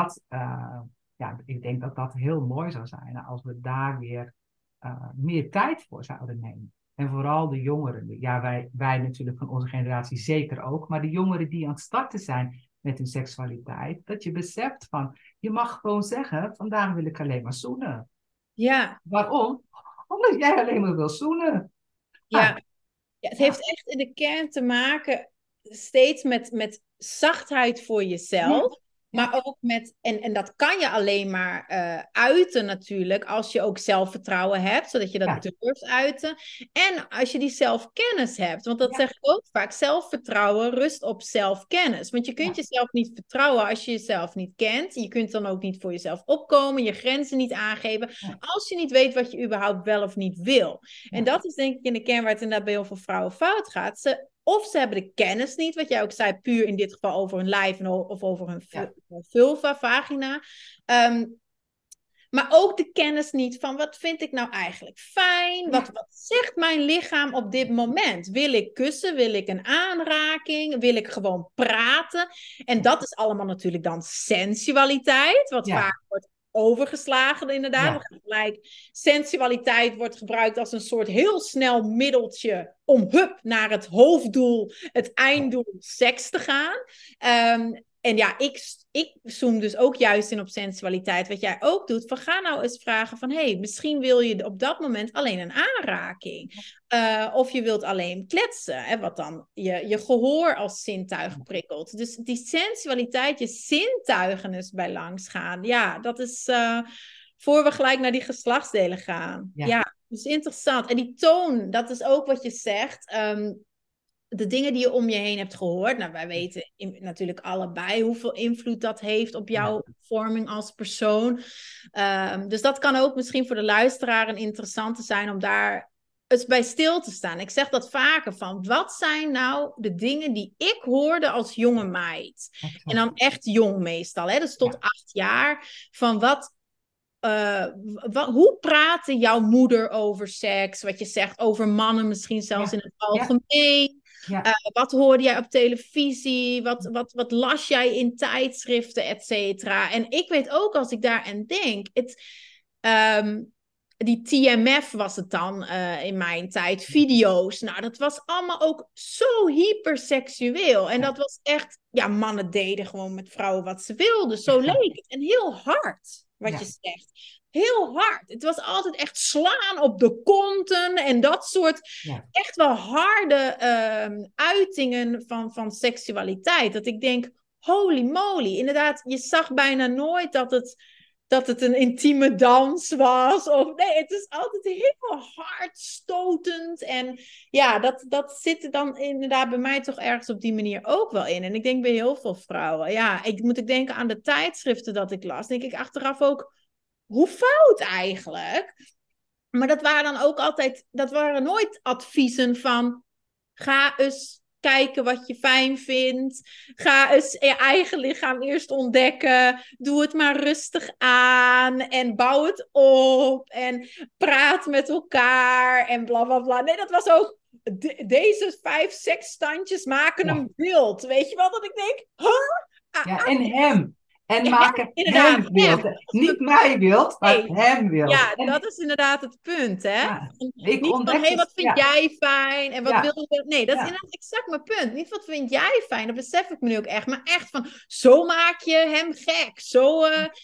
ik denk dat dat heel mooi zou zijn als we daar weer meer tijd voor zouden nemen. En vooral de jongeren. Ja, wij natuurlijk van onze generatie zeker ook. Maar de jongeren die aan het starten zijn met hun seksualiteit. Dat je beseft van, je mag gewoon zeggen, vandaag wil ik alleen maar zoenen. ja, Waarom? Omdat jij alleen maar wil zoenen. Nou, ja. Ja, het ja, heeft echt in de kern te maken steeds met zachtheid voor ja, jezelf. Maar ook en dat kan je alleen maar uiten natuurlijk als je ook zelfvertrouwen hebt, zodat je dat durft uiten. En als je die zelfkennis hebt, want dat zeg ik ook vaak, zelfvertrouwen rust op zelfkennis. Want je kunt jezelf niet vertrouwen als je jezelf niet kent. Je kunt dan ook niet voor jezelf opkomen, je grenzen niet aangeven, als je niet weet wat je überhaupt wel of niet wil. En dat is denk ik in de kern waar het inderdaad bij heel veel vrouwen fout gaat. Of ze hebben de kennis niet, wat jij ook zei, puur in dit geval over hun lijf of over hun vulva, vagina. Maar ook de kennis niet van wat vind ik nou eigenlijk fijn? Wat zegt mijn lichaam op dit moment? Wil ik kussen? Wil ik een aanraking? Wil ik gewoon praten? En dat is allemaal natuurlijk dan sensualiteit, wat vaak wordt overgeslagen inderdaad. Sensualiteit wordt gebruikt als een soort heel snel middeltje om naar het hoofddoel, het einddoel seks te gaan. En ja, ik zoom dus ook juist in op sensualiteit, wat jij ook doet. Van ga nou eens vragen van, misschien wil je op dat moment alleen een aanraking. Of je wilt alleen kletsen, hè, wat dan je gehoor als zintuig prikkelt. Dus die sensualiteit, je zintuigen eens bij langs gaan. Ja, dat is voor we gelijk naar die geslachtsdelen gaan. Ja, dat is interessant. En die toon, dat is ook wat je zegt. De dingen die je om je heen hebt gehoord. Nou, wij weten natuurlijk allebei hoeveel invloed dat heeft op jouw vorming als persoon. Dus dat kan ook misschien voor de luisteraar een interessante zijn om daar eens bij stil te staan. Ik zeg dat vaker van, wat zijn nou de dingen die ik hoorde als jonge meid? En dan echt jong meestal, hè? Dus tot 8 jaar. Van hoe praatte jouw moeder over seks? Wat je zegt over mannen misschien zelfs in het algemeen. Wat hoorde jij op televisie? Wat las jij in tijdschriften, et cetera? En ik weet ook, als ik daar aan denk, die TMF was het dan in mijn tijd, video's. Nou, dat was allemaal ook zo hyperseksueel. En dat was echt, mannen deden gewoon met vrouwen wat ze wilden. Zo leek het. En heel hard, wat je zegt. Heel hard. Het was altijd echt slaan op de konten en dat soort echt wel harde uitingen van seksualiteit. Dat ik denk, holy moly. Inderdaad, je zag bijna nooit dat het een intieme dans was. Nee, het is altijd heel hardstotend. En ja, dat zit er dan inderdaad bij mij toch ergens op die manier ook wel in. En ik denk bij heel veel vrouwen. Ja, ik denken aan de tijdschriften dat ik las. Denk ik achteraf ook, hoe fout eigenlijk? Maar dat waren dan ook dat waren nooit adviezen van, ga eens kijken wat je fijn vindt. Ga eens je eigen lichaam eerst ontdekken. Doe het maar rustig aan. En bouw het op. En praat met elkaar. En bla bla bla. Nee, dat was ook, deze 5 seksstandjes maken een beeld. Weet je wel, dat ik denk, huh? En hem. En maken hem wild. Niet mij wild, maar hem wild. Ja, dat is inderdaad het punt, hè? Niet van, wat vind jij fijn? En wat wil je... Nee, dat is inderdaad exact mijn punt. Niet wat vind jij fijn, dat besef ik me nu ook echt. Maar echt van, zo maak je hem gek. Zo,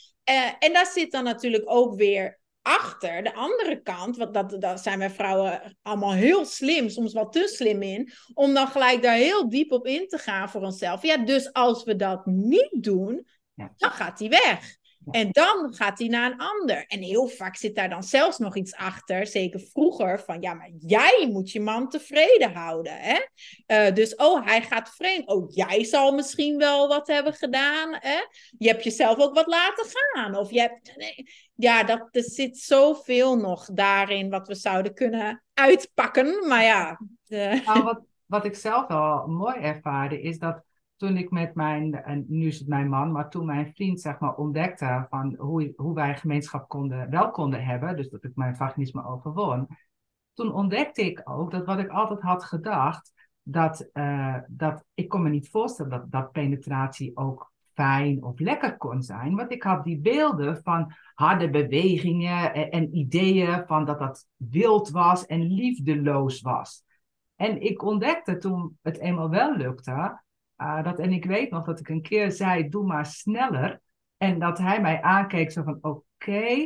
en daar zit dan natuurlijk ook weer achter de andere kant, want daar zijn wij vrouwen allemaal heel slim, soms wel te slim in, om dan gelijk daar heel diep op in te gaan voor onszelf. Ja, dus als we dat niet doen, dan gaat hij weg. En dan gaat hij naar een ander. En heel vaak zit daar dan zelfs nog iets achter, zeker vroeger, van maar jij moet je man tevreden houden. Hè? Dus, hij gaat vreemd. Jij zal misschien wel wat hebben gedaan. Hè? Je hebt jezelf ook wat laten gaan. Of je hebt... er zit zoveel nog daarin wat we zouden kunnen uitpakken. Maar ja... Nou, wat ik zelf wel mooi ervaarde, is dat toen ik met en nu is het mijn man, maar toen mijn vriend zeg maar ontdekte van hoe wij gemeenschap konden hebben, dus dat ik mijn vaginisme overwon, toen ontdekte ik ook dat wat ik altijd had gedacht, dat ik kon me niet voorstellen dat penetratie ook fijn of lekker kon zijn, want ik had die beelden van harde bewegingen en ideeën van dat wild was en liefdeloos was. En ik ontdekte toen het eenmaal wel lukte, en ik weet nog dat ik een keer zei, doe maar sneller. En dat hij mij aankeek zo van, oké.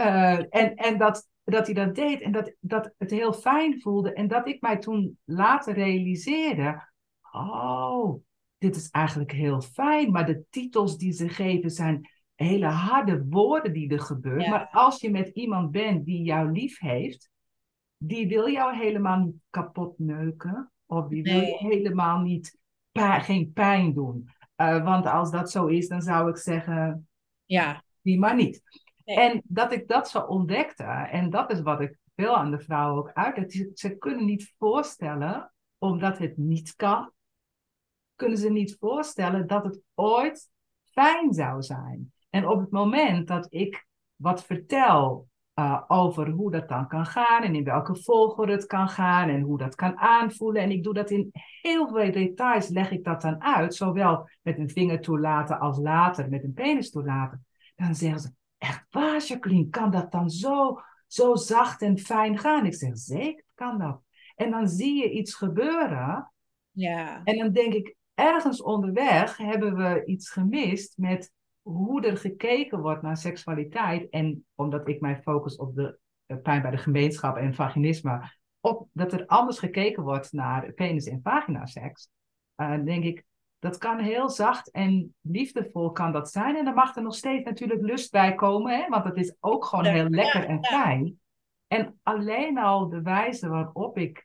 En dat hij dat deed en dat het heel fijn voelde. En dat ik mij toen later realiseerde, dit is eigenlijk heel fijn, maar de titels die ze geven zijn hele harde woorden die er gebeuren. Ja. Maar als je met iemand bent die jou lief heeft, die wil jou helemaal niet kapot neuken. Of die wil je Nee. helemaal niet geen pijn doen. Want als dat zo is, dan zou ik zeggen, Ja. die maar niet. Nee. En dat ik dat zo ontdekte, en dat is wat ik veel aan de vrouwen ook uitleg. Ze kunnen niet voorstellen, omdat het niet kan, kunnen ze niet voorstellen dat het ooit fijn zou zijn. En op het moment dat ik wat vertel over hoe dat dan kan gaan en in welke volgorde het kan gaan en hoe dat kan aanvoelen. En ik doe dat in heel veel details, leg ik dat dan uit, zowel met een vinger toelaten als later met een penis toelaten. Dan zeggen ze, echt waar Jacqueline, kan dat dan zo zacht en fijn gaan? Ik zeg, zeker kan dat. En dan zie je iets gebeuren Ja. en dan denk ik, ergens onderweg hebben we iets gemist met hoe er gekeken wordt naar seksualiteit. En omdat ik mij focus op de pijn bij de gemeenschap en vaginisme, op dat er anders gekeken wordt naar penis- en vaginaseks, denk ik, dat kan heel zacht en liefdevol kan dat zijn. En dan mag er nog steeds natuurlijk lust bij komen, hè? Want het is ook gewoon heel lekker en fijn. En alleen al de wijze waarop ik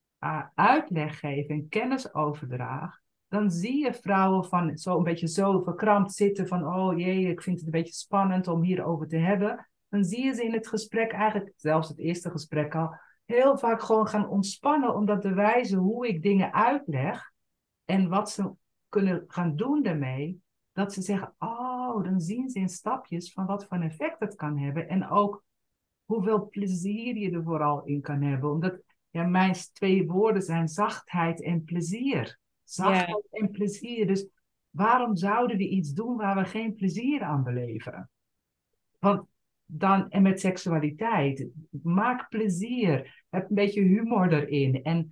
uitleg geef en kennis overdraag, dan zie je vrouwen van zo een beetje zo verkrampt zitten van, oh jee, ik vind het een beetje spannend om hierover te hebben. Dan zie je ze in het gesprek, eigenlijk zelfs het eerste gesprek al, heel vaak gewoon gaan ontspannen, omdat de wijze hoe ik dingen uitleg en wat ze kunnen gaan doen daarmee, dat ze zeggen, oh, dan zien ze in stapjes van wat voor effect het kan hebben en ook hoeveel plezier je er vooral in kan hebben. Omdat mijn twee woorden zijn zachtheid en plezier. Ja. Zachtheid en plezier. Dus waarom zouden we iets doen waar we geen plezier aan beleven? Want dan, en met seksualiteit, maak plezier. Heb een beetje humor erin. En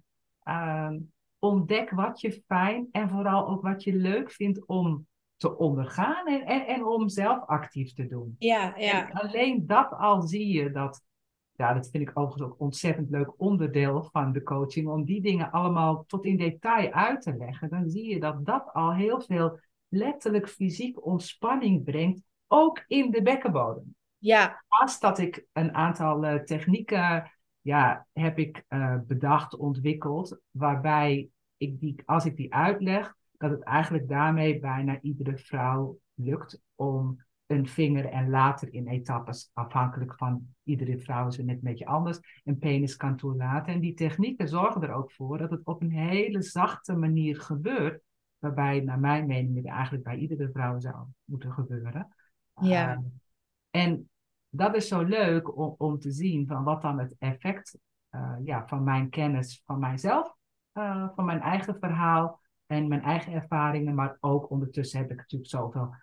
ontdek wat je fijn en vooral ook wat je leuk vindt om te ondergaan en om zelf actief te doen. Ja. En Ja. alleen dat al zie je dat, ja, dat vind ik overigens ook ontzettend leuk onderdeel van de coaching, om die dingen allemaal tot in detail uit te leggen. Dan zie je dat dat al heel veel letterlijk fysiek ontspanning brengt, ook in de bekkenbodem. Ja. Naast dat ik een aantal technieken heb ik bedacht, ontwikkeld, waarbij als ik die uitleg, dat het eigenlijk daarmee bijna iedere vrouw lukt om een vinger en later in etappes, afhankelijk van iedere vrouw is het net een beetje anders, een penis kan toelaten. En die technieken zorgen er ook voor dat het op een hele zachte manier gebeurt, waarbij naar mijn mening het eigenlijk bij iedere vrouw zou moeten gebeuren. Ja. En dat is zo leuk om te zien van wat dan het effect van mijn kennis van mijzelf, van mijn eigen verhaal en mijn eigen ervaringen, maar ook ondertussen heb ik natuurlijk zoveel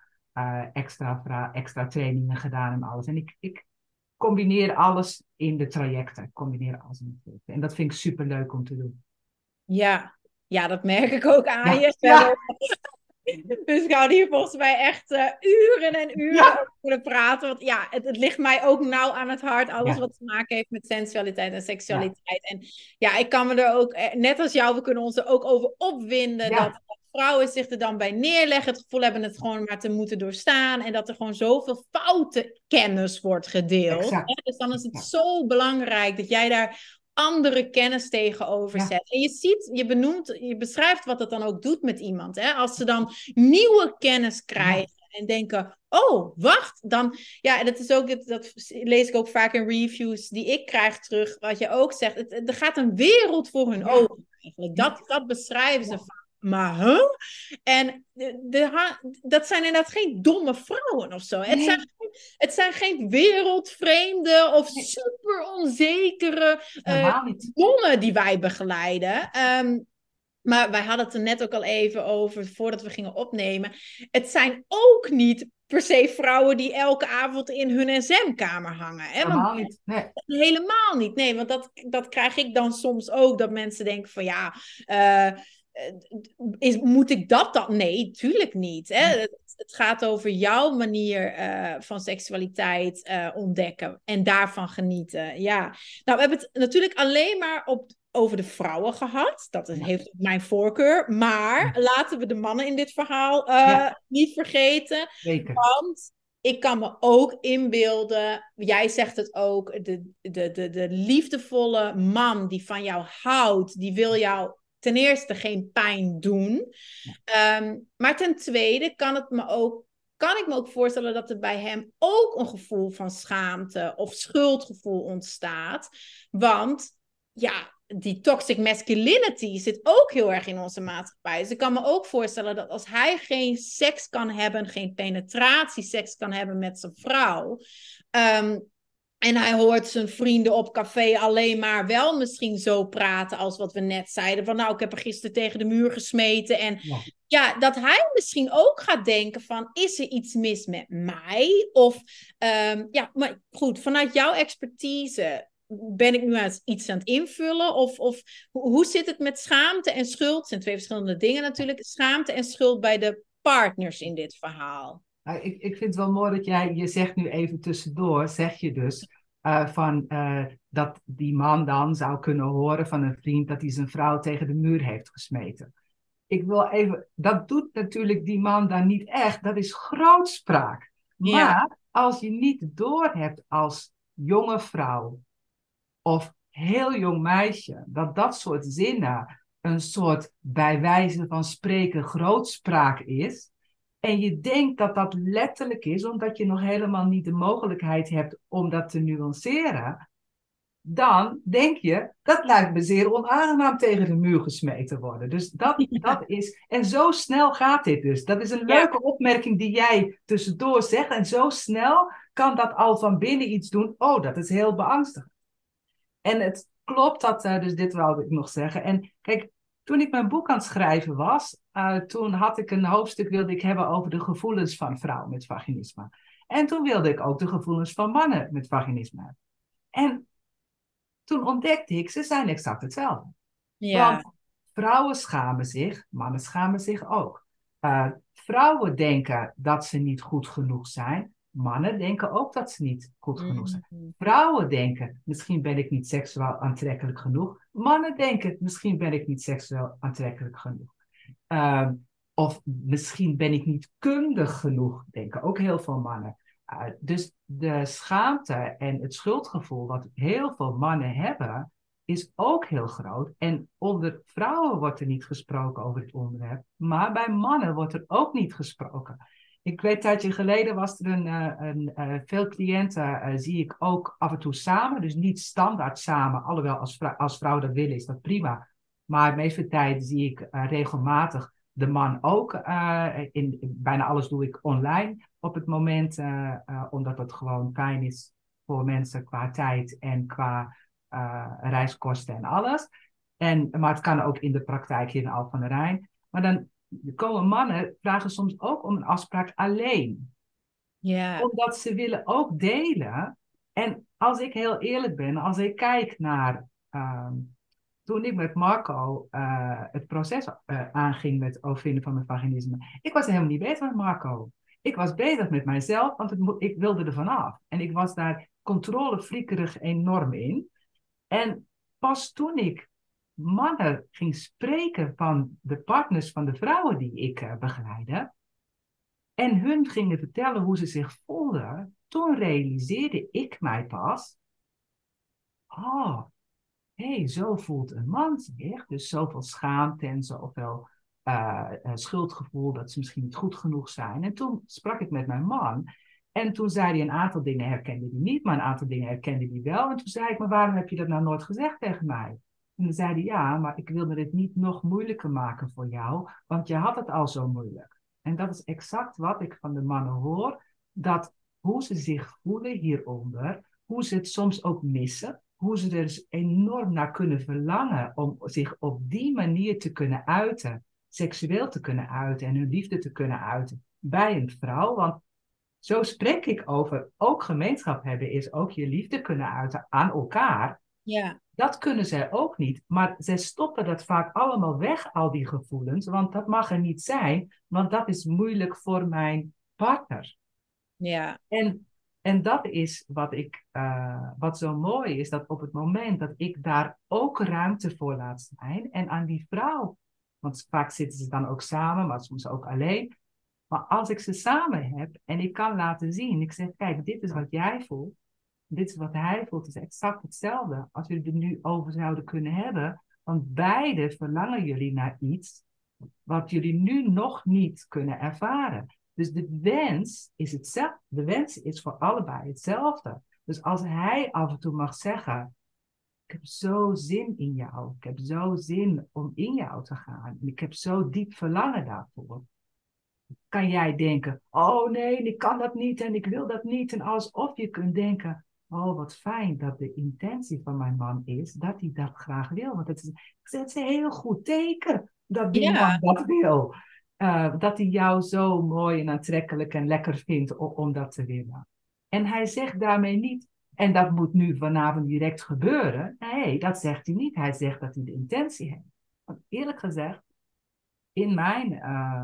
extra trainingen gedaan en alles. En ik combineer alles in de trajecten. En dat vind ik super leuk om te doen. Ja. Ja, dat merk ik ook aan Ja, je. ja, Dus ik had hier volgens mij echt uren en uren ja, over kunnen praten. Want ja, het ligt mij ook nauw aan het hart. Alles ja, wat te maken heeft met sensualiteit en ja, seksualiteit. En ja, ik kan me er ook, net als jou, we kunnen ons er ook over opwinden. ja, Dat vrouwen zich er dan bij neerleggen. Het gevoel hebben het gewoon maar te moeten doorstaan. En dat er gewoon zoveel foute kennis wordt gedeeld. exact. Dus dan is het Ja, zo belangrijk dat jij daar andere kennis tegenover ja, zet. En je ziet, je beschrijft wat het dan ook doet met iemand. Hè? Als ze dan nieuwe kennis ja, krijgen en denken, oh, wacht, dan, ja, dat is ook, dat lees ik ook vaak in reviews die ik krijg terug, wat je ook zegt, er gaat een wereld voor hun ja, ogen eigenlijk. ja, Dat beschrijven ze ja. vaak. Maar, huh? En dat zijn inderdaad geen domme vrouwen of zo. Nee, Het zijn geen wereldvreemde of nee, super onzekere helemaal niet. nonnen die wij begeleiden. Maar wij hadden het er net ook al even over, voordat we gingen opnemen. Het zijn ook niet per se vrouwen die elke avond in hun SM-kamer hangen. Hè? Want Helemaal niet. Nee. helemaal niet. Nee, want dat krijg ik dan soms ook. Dat mensen denken van ja, uh, moet ik dat dan? Nee, tuurlijk niet. Hè? Nee. Het gaat over jouw manier van seksualiteit ontdekken en daarvan genieten. Ja, nou, we hebben het natuurlijk alleen maar op over de vrouwen gehad. Dat Ja. heeft mijn voorkeur. Maar laten we de mannen in dit verhaal niet vergeten. Zeker. Want ik kan me ook inbeelden, jij zegt het ook, de liefdevolle man die van jou houdt, die wil jou ten eerste geen pijn doen. Maar ten tweede kan ik me ook voorstellen dat er bij hem ook een gevoel van schaamte of schuldgevoel ontstaat. Want ja, die toxic masculinity zit ook heel erg in onze maatschappij. Dus ik kan me ook voorstellen dat als hij geen seks kan hebben, geen penetratieseks kan hebben met zijn vrouw, en hij hoort zijn vrienden op café alleen maar wel misschien zo praten als wat we net zeiden. Van nou, ik heb er gisteren tegen de muur gesmeten. En ja, dat hij misschien ook gaat denken van, is er iets mis met mij? Of ja, maar goed, vanuit jouw expertise, ben ik nu iets aan het invullen? Of hoe zit het met schaamte en schuld? Het zijn twee verschillende dingen natuurlijk. Schaamte en schuld bij de partners in dit verhaal. Ik vind het wel mooi dat je zegt nu even tussendoor, zeg je dus, dat die man dan zou kunnen horen van een vriend dat hij zijn vrouw tegen de muur heeft gesmeten. Ik wil even, dat doet natuurlijk die man dan niet echt, dat is grootspraak. Maar als je niet doorhebt als jonge vrouw of heel jong meisje, dat soort zinnen een soort bij wijze van spreken grootspraak is, en je denkt dat dat letterlijk is, omdat je nog helemaal niet de mogelijkheid hebt om dat te nuanceren, dan denk je, dat lijkt me zeer onaangenaam tegen de muur gesmeten worden. Dus dat is, en zo snel gaat dit dus. Dat is een leuke opmerking die jij tussendoor zegt, en zo snel kan dat al van binnen iets doen. Oh, dat is heel beangstigend. En het klopt dat, dus dit wilde ik nog zeggen. En kijk, toen ik mijn boek aan het schrijven was, toen had ik een hoofdstuk wilde ik hebben over de gevoelens van vrouwen met vaginisme. En toen wilde ik ook de gevoelens van mannen met vaginisme. En toen ontdekte ik, ze zijn exact hetzelfde. Ja. Want vrouwen schamen zich, mannen schamen zich ook. Vrouwen denken dat ze niet goed genoeg zijn. Mannen denken ook dat ze niet goed genoeg zijn. Vrouwen denken, misschien ben ik niet seksueel aantrekkelijk genoeg. Mannen denken, misschien ben ik niet seksueel aantrekkelijk genoeg. Of misschien ben ik niet kundig genoeg, denken ook heel veel mannen. Dus de schaamte en het schuldgevoel wat heel veel mannen hebben, is ook heel groot. En onder vrouwen wordt er niet gesproken over het onderwerp, maar bij mannen wordt er ook niet gesproken. Ik weet, een tijdje geleden was er veel cliënten, zie ik ook af en toe samen, dus niet standaard samen, alhoewel als vrouw dat willen is dat prima. Maar de meeste tijd zie ik regelmatig de man ook. In bijna alles doe ik online op het moment, omdat dat gewoon fijn is voor mensen qua tijd en qua reiskosten en alles. Maar het kan ook in de praktijk hier in Alphen aan de Rijn. Maar dan komen mannen vragen soms ook om een afspraak alleen. Yeah. Omdat ze willen ook delen. En als ik heel eerlijk ben, als ik kijk naar toen ik met Marco het proces aanging met het overwinnen van mijn vaginisme. Ik was helemaal niet bezig met Marco. Ik was bezig met mijzelf, want ik wilde er vanaf. En ik was daar controlefriekerig enorm in. En pas toen ik mannen ging spreken van de partners van de vrouwen die ik begeleidde, en hun gingen vertellen hoe ze zich voelden, toen realiseerde ik mij pas, zo voelt een man zich. Dus zoveel schaamte en zoveel schuldgevoel dat ze misschien niet goed genoeg zijn. En toen sprak ik met mijn man. En toen zei hij een aantal dingen herkende hij niet, maar een aantal dingen herkende hij wel. En toen zei ik, maar waarom heb je dat nou nooit gezegd tegen mij? En dan zei hij, ja, maar ik wilde het niet nog moeilijker maken voor jou, want je had het al zo moeilijk. En dat is exact wat ik van de mannen hoor, dat hoe ze zich voelen hieronder, hoe ze het soms ook missen, hoe ze er dus enorm naar kunnen verlangen om zich op die manier te kunnen uiten, seksueel te kunnen uiten en hun liefde te kunnen uiten bij een vrouw. Want zo spreek ik over, ook gemeenschap hebben is ook je liefde kunnen uiten aan elkaar. Ja. Dat kunnen zij ook niet, maar zij stoppen dat vaak allemaal weg, al die gevoelens, want dat mag er niet zijn, want dat is moeilijk voor mijn partner. Ja. En En dat is wat zo mooi is, dat op het moment dat ik daar ook ruimte voor laat zijn en aan die vrouw, want vaak zitten ze dan ook samen, maar soms ook alleen. Maar als ik ze samen heb en ik kan laten zien, ik zeg, kijk, dit is wat jij voelt, dit is wat hij voelt, het is exact hetzelfde. Als jullie het er nu over zouden kunnen hebben, want beide verlangen jullie naar iets wat jullie nu nog niet kunnen ervaren. Dus de wens is hetzelfde. De wens is voor allebei hetzelfde. Dus als hij af en toe mag zeggen, ik heb zo zin in jou. Ik heb zo zin om in jou te gaan. Ik heb zo diep verlangen daarvoor. Kan jij denken, oh nee, ik kan dat niet en ik wil dat niet. En alsof je kunt denken, oh wat fijn dat de intentie van mijn man is dat hij dat graag wil. Want het is een heel goed teken dat die man Ja, dat wil. Dat hij jou zo mooi en aantrekkelijk en lekker vindt om dat te willen. En hij zegt daarmee niet, en dat moet nu vanavond direct gebeuren. Nee, dat zegt hij niet. Hij zegt dat hij de intentie heeft. Want eerlijk gezegd, in mijn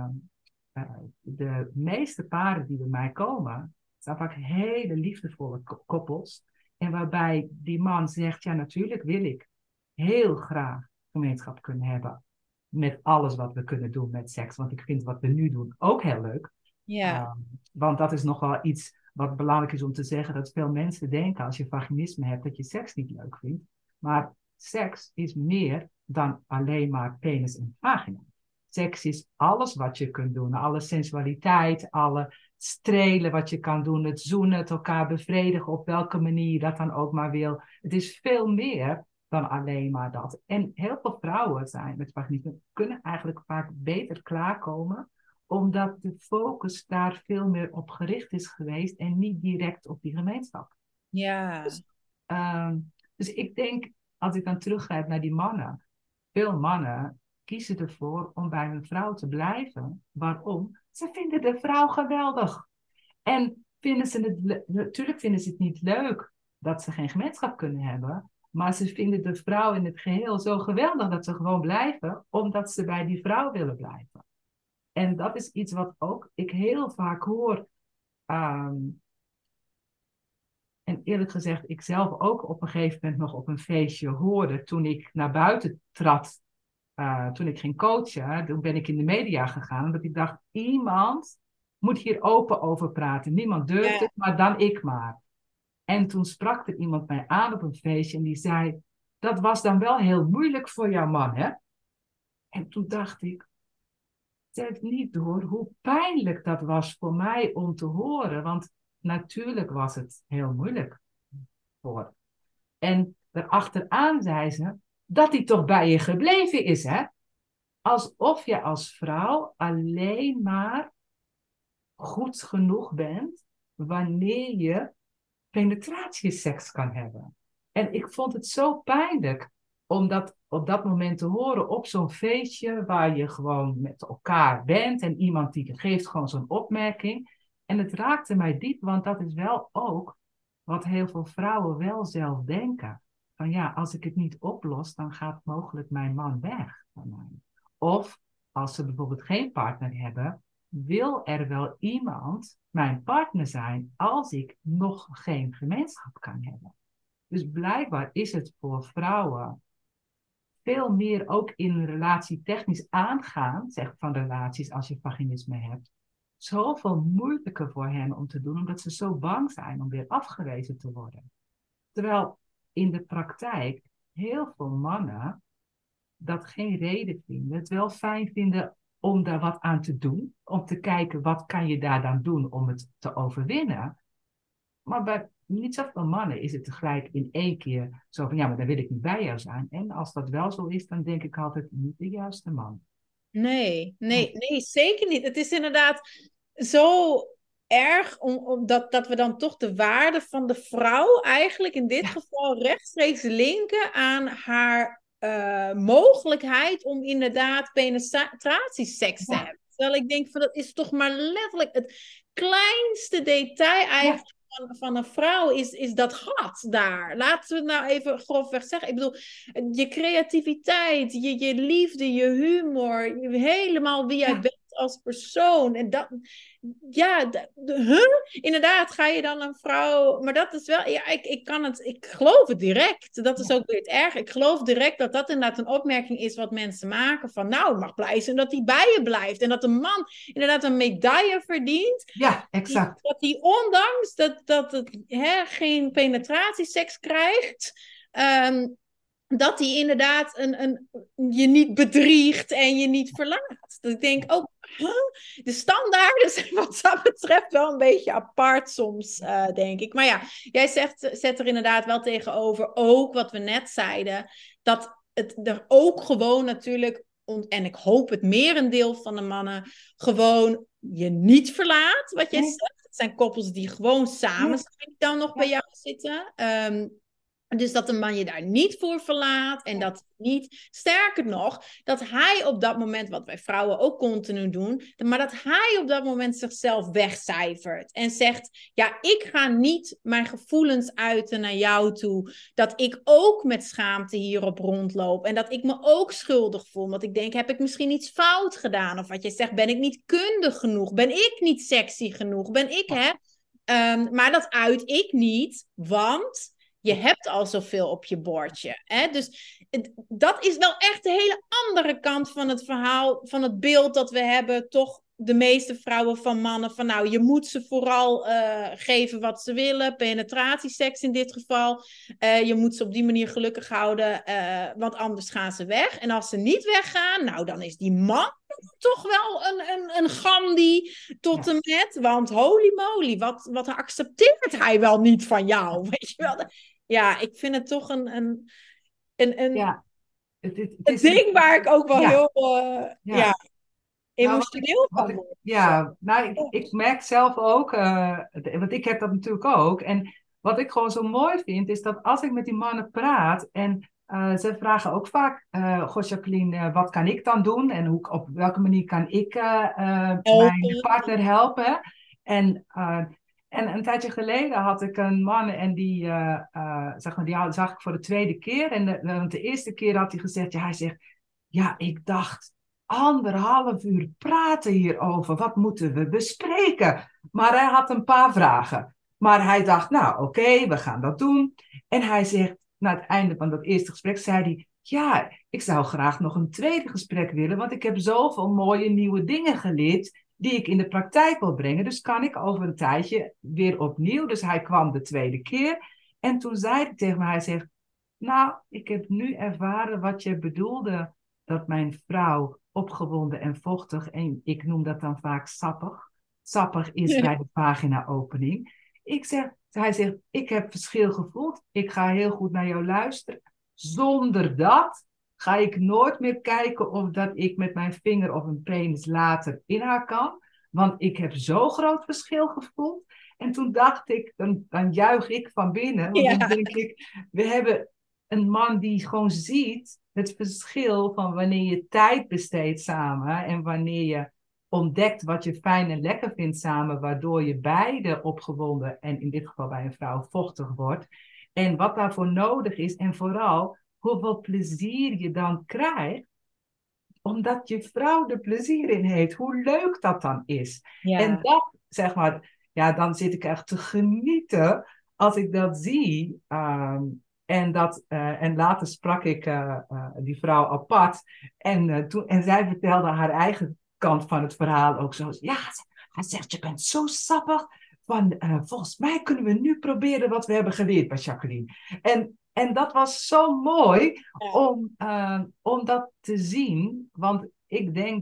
de meeste paren die bij mij komen, zijn vaak hele liefdevolle koppels. En waarbij die man zegt, ja natuurlijk wil ik heel graag gemeenschap kunnen hebben met alles wat we kunnen doen met seks. Want ik vind wat we nu doen ook heel leuk. ja, Want dat is nog wel iets wat belangrijk is om te zeggen, dat veel mensen denken als je vaginisme hebt, dat je seks niet leuk vindt. Maar seks is meer dan alleen maar penis en vagina. Seks is alles wat je kunt doen. Alle sensualiteit, alle strelen wat je kan doen. Het zoenen, het elkaar bevredigen op welke manier je dat dan ook maar wil. Het is veel meer dan alleen maar dat. En heel veel vrouwen zijn met vaginisme kunnen eigenlijk vaak beter klaarkomen, omdat de focus daar veel meer op gericht is geweest en niet direct op die gemeenschap. ja, Dus, dus ik denk, als ik dan teruggrijp naar die mannen, veel mannen kiezen ervoor om bij hun vrouw te blijven. Waarom? Ze vinden de vrouw geweldig. En natuurlijk vinden ze het niet leuk dat ze geen gemeenschap kunnen hebben. Maar ze vinden de vrouw in het geheel zo geweldig dat ze gewoon blijven, omdat ze bij die vrouw willen blijven. En dat is iets wat ook ik heel vaak hoor. En eerlijk gezegd, ik zelf ook op een gegeven moment nog op een feestje hoorde toen ik naar buiten trad. Toen ik ging coachen, toen ben ik in de media gegaan. Omdat ik dacht, iemand moet hier open over praten. Niemand durft ja, het, maar dan ik maar. En toen sprak er iemand mij aan op een feestje en die zei, dat was dan wel heel moeilijk voor jouw man, hè? En toen dacht ik, ze heeft niet door hoe pijnlijk dat was voor mij om te horen. Want natuurlijk was het heel moeilijk voor. En daarachteraan zei ze dat hij toch bij je gebleven is, hè? Alsof je als vrouw alleen maar goed genoeg bent wanneer je penetratieseks kan hebben. En ik vond het zo pijnlijk om dat op dat moment te horen op zo'n feestje waar je gewoon met elkaar bent en iemand die geeft gewoon zo'n opmerking. En het raakte mij diep, want dat is wel ook wat heel veel vrouwen wel zelf denken. Van ja, als ik het niet oplos, dan gaat mogelijk mijn man weg van mij. Of als ze bijvoorbeeld geen partner hebben, wil er wel iemand mijn partner zijn als ik nog geen gemeenschap kan hebben. Dus blijkbaar is het voor vrouwen veel meer ook in relatie technisch aangaan, zeg van relaties als je vaginisme hebt, zoveel moeilijker voor hen om te doen, omdat ze zo bang zijn om weer afgewezen te worden. Terwijl in de praktijk heel veel mannen dat geen reden vinden, het wel fijn vinden om daar wat aan te doen, om te kijken wat kan je daar dan doen om het te overwinnen. Maar bij niet zoveel mannen is het tegelijk in één keer zo van ja, maar dan wil ik niet bij jou zijn. En als dat wel zo is, dan denk ik altijd niet de juiste man. nee, nee, nee, zeker niet. Het is inderdaad zo erg dat we dan toch de waarde van de vrouw eigenlijk in dit Ja, geval rechtstreeks linken aan haar mogelijkheid om inderdaad penetratieseks te ja, hebben. Terwijl ik denk van dat is toch maar letterlijk het kleinste detail ja, eigenlijk van een vrouw is dat gat daar. Laten we het nou even grofweg zeggen. Ik bedoel, je creativiteit, je liefde, je humor, helemaal wie jij bent als persoon. En dat, ja, inderdaad, ga je dan een vrouw... Maar dat is wel, ja, ik geloof het direct. Dat is ook weer het erg. Ik geloof direct dat dat inderdaad een opmerking is wat mensen maken. Van nou, het mag blij zijn dat hij bij je blijft. En dat een man inderdaad een medaille verdient. Ja, exact. Dat hij ondanks dat het geen penetratieseks krijgt... dat hij inderdaad je niet bedriegt en je niet verlaat. Dus ik denk ook, de standaarden zijn wat dat betreft wel een beetje apart soms, denk ik. Maar ja, jij zet er inderdaad wel tegenover, ook wat we net zeiden, dat het er ook gewoon natuurlijk, en ik hoop het merendeel van de mannen, gewoon je niet verlaat, wat jij zegt. Het zijn koppels die gewoon samen zijn, die dan nog bij jou zitten. Dus dat de man je daar niet voor verlaat en dat niet, sterker nog, dat hij op dat moment, wat wij vrouwen ook continu doen, maar dat hij op dat moment zichzelf wegcijfert en zegt, ja, ik ga niet mijn gevoelens uiten naar jou toe, dat ik ook met schaamte hierop rondloop en dat ik me ook schuldig voel, want ik denk, heb ik misschien iets fout gedaan? Of wat jij zegt, ben ik niet kundig genoeg? Ben ik niet sexy genoeg? Maar dat uit ik niet, want... Je hebt al zoveel op je bordje. Hè? Dus dat is wel echt de hele andere kant van het verhaal, van het beeld dat we hebben, toch de meeste vrouwen van mannen, van nou, je moet ze vooral geven wat ze willen, penetratieseks in dit geval. Je moet ze op die manier gelukkig houden, want anders gaan ze weg. En als ze niet weggaan, nou, dan is die man toch wel een Gandhi tot en met, want holy moly, wat accepteert hij wel niet van jou, weet je wel? Ja, ik vind het toch een het ding waar ik ook wel heel emotioneel van nou, word. ik merk zelf ook, want ik heb dat natuurlijk ook. En wat ik gewoon zo mooi vind, is dat als ik met die mannen praat en ze vragen ook vaak, goh Jacqueline, wat kan ik dan doen? En op welke manier kan ik mijn partner helpen? En een tijdje geleden had ik een man en die zag ik voor de tweede keer. Want de eerste keer had hij gezegd, hij zegt, ja, ik dacht 1,5 uur praten hierover. Wat moeten we bespreken? Maar hij had een paar vragen. Maar hij dacht, nou oké, we gaan dat doen. En hij zegt, na het einde van dat eerste gesprek, zei hij, ja, ik zou graag nog een tweede gesprek willen, want ik heb zoveel mooie nieuwe dingen geleerd die ik in de praktijk wil brengen. Dus kan ik over een tijdje weer opnieuw. Dus hij kwam de tweede keer. En toen zei hij tegen me, hij zegt, nou, ik heb nu ervaren wat je bedoelde, dat mijn vrouw opgewonden en vochtig, en ik noem dat dan vaak sappig. Sappig is bij de paginaopening. Hij zegt, ik heb verschil gevoeld. Ik ga heel goed naar jou luisteren. Zonder dat ga ik nooit meer kijken of dat ik met mijn vinger of een penis later in haar kan. Want ik heb zo'n groot verschil gevoeld. En toen dacht ik, dan juich ik van binnen. Want dan denk ik, we hebben een man die gewoon ziet het verschil van wanneer je tijd besteedt samen en wanneer je ontdekt wat je fijn en lekker vindt samen, waardoor je beide opgewonden en in dit geval bij een vrouw vochtig wordt. En wat daarvoor nodig is en vooral hoeveel plezier je dan krijgt, omdat je vrouw er plezier in heeft. Hoe leuk dat dan is. Ja. En dat, zeg maar, ja, dan zit ik echt te genieten als ik dat zie. En later sprak ik die vrouw apart. En zij vertelde haar eigen kant van het verhaal ook zo. Ja, hij zegt, je bent zo sappig. Volgens mij kunnen we nu proberen wat we hebben geleerd bij Jacqueline. En dat was zo mooi om dat te zien. Want ik denk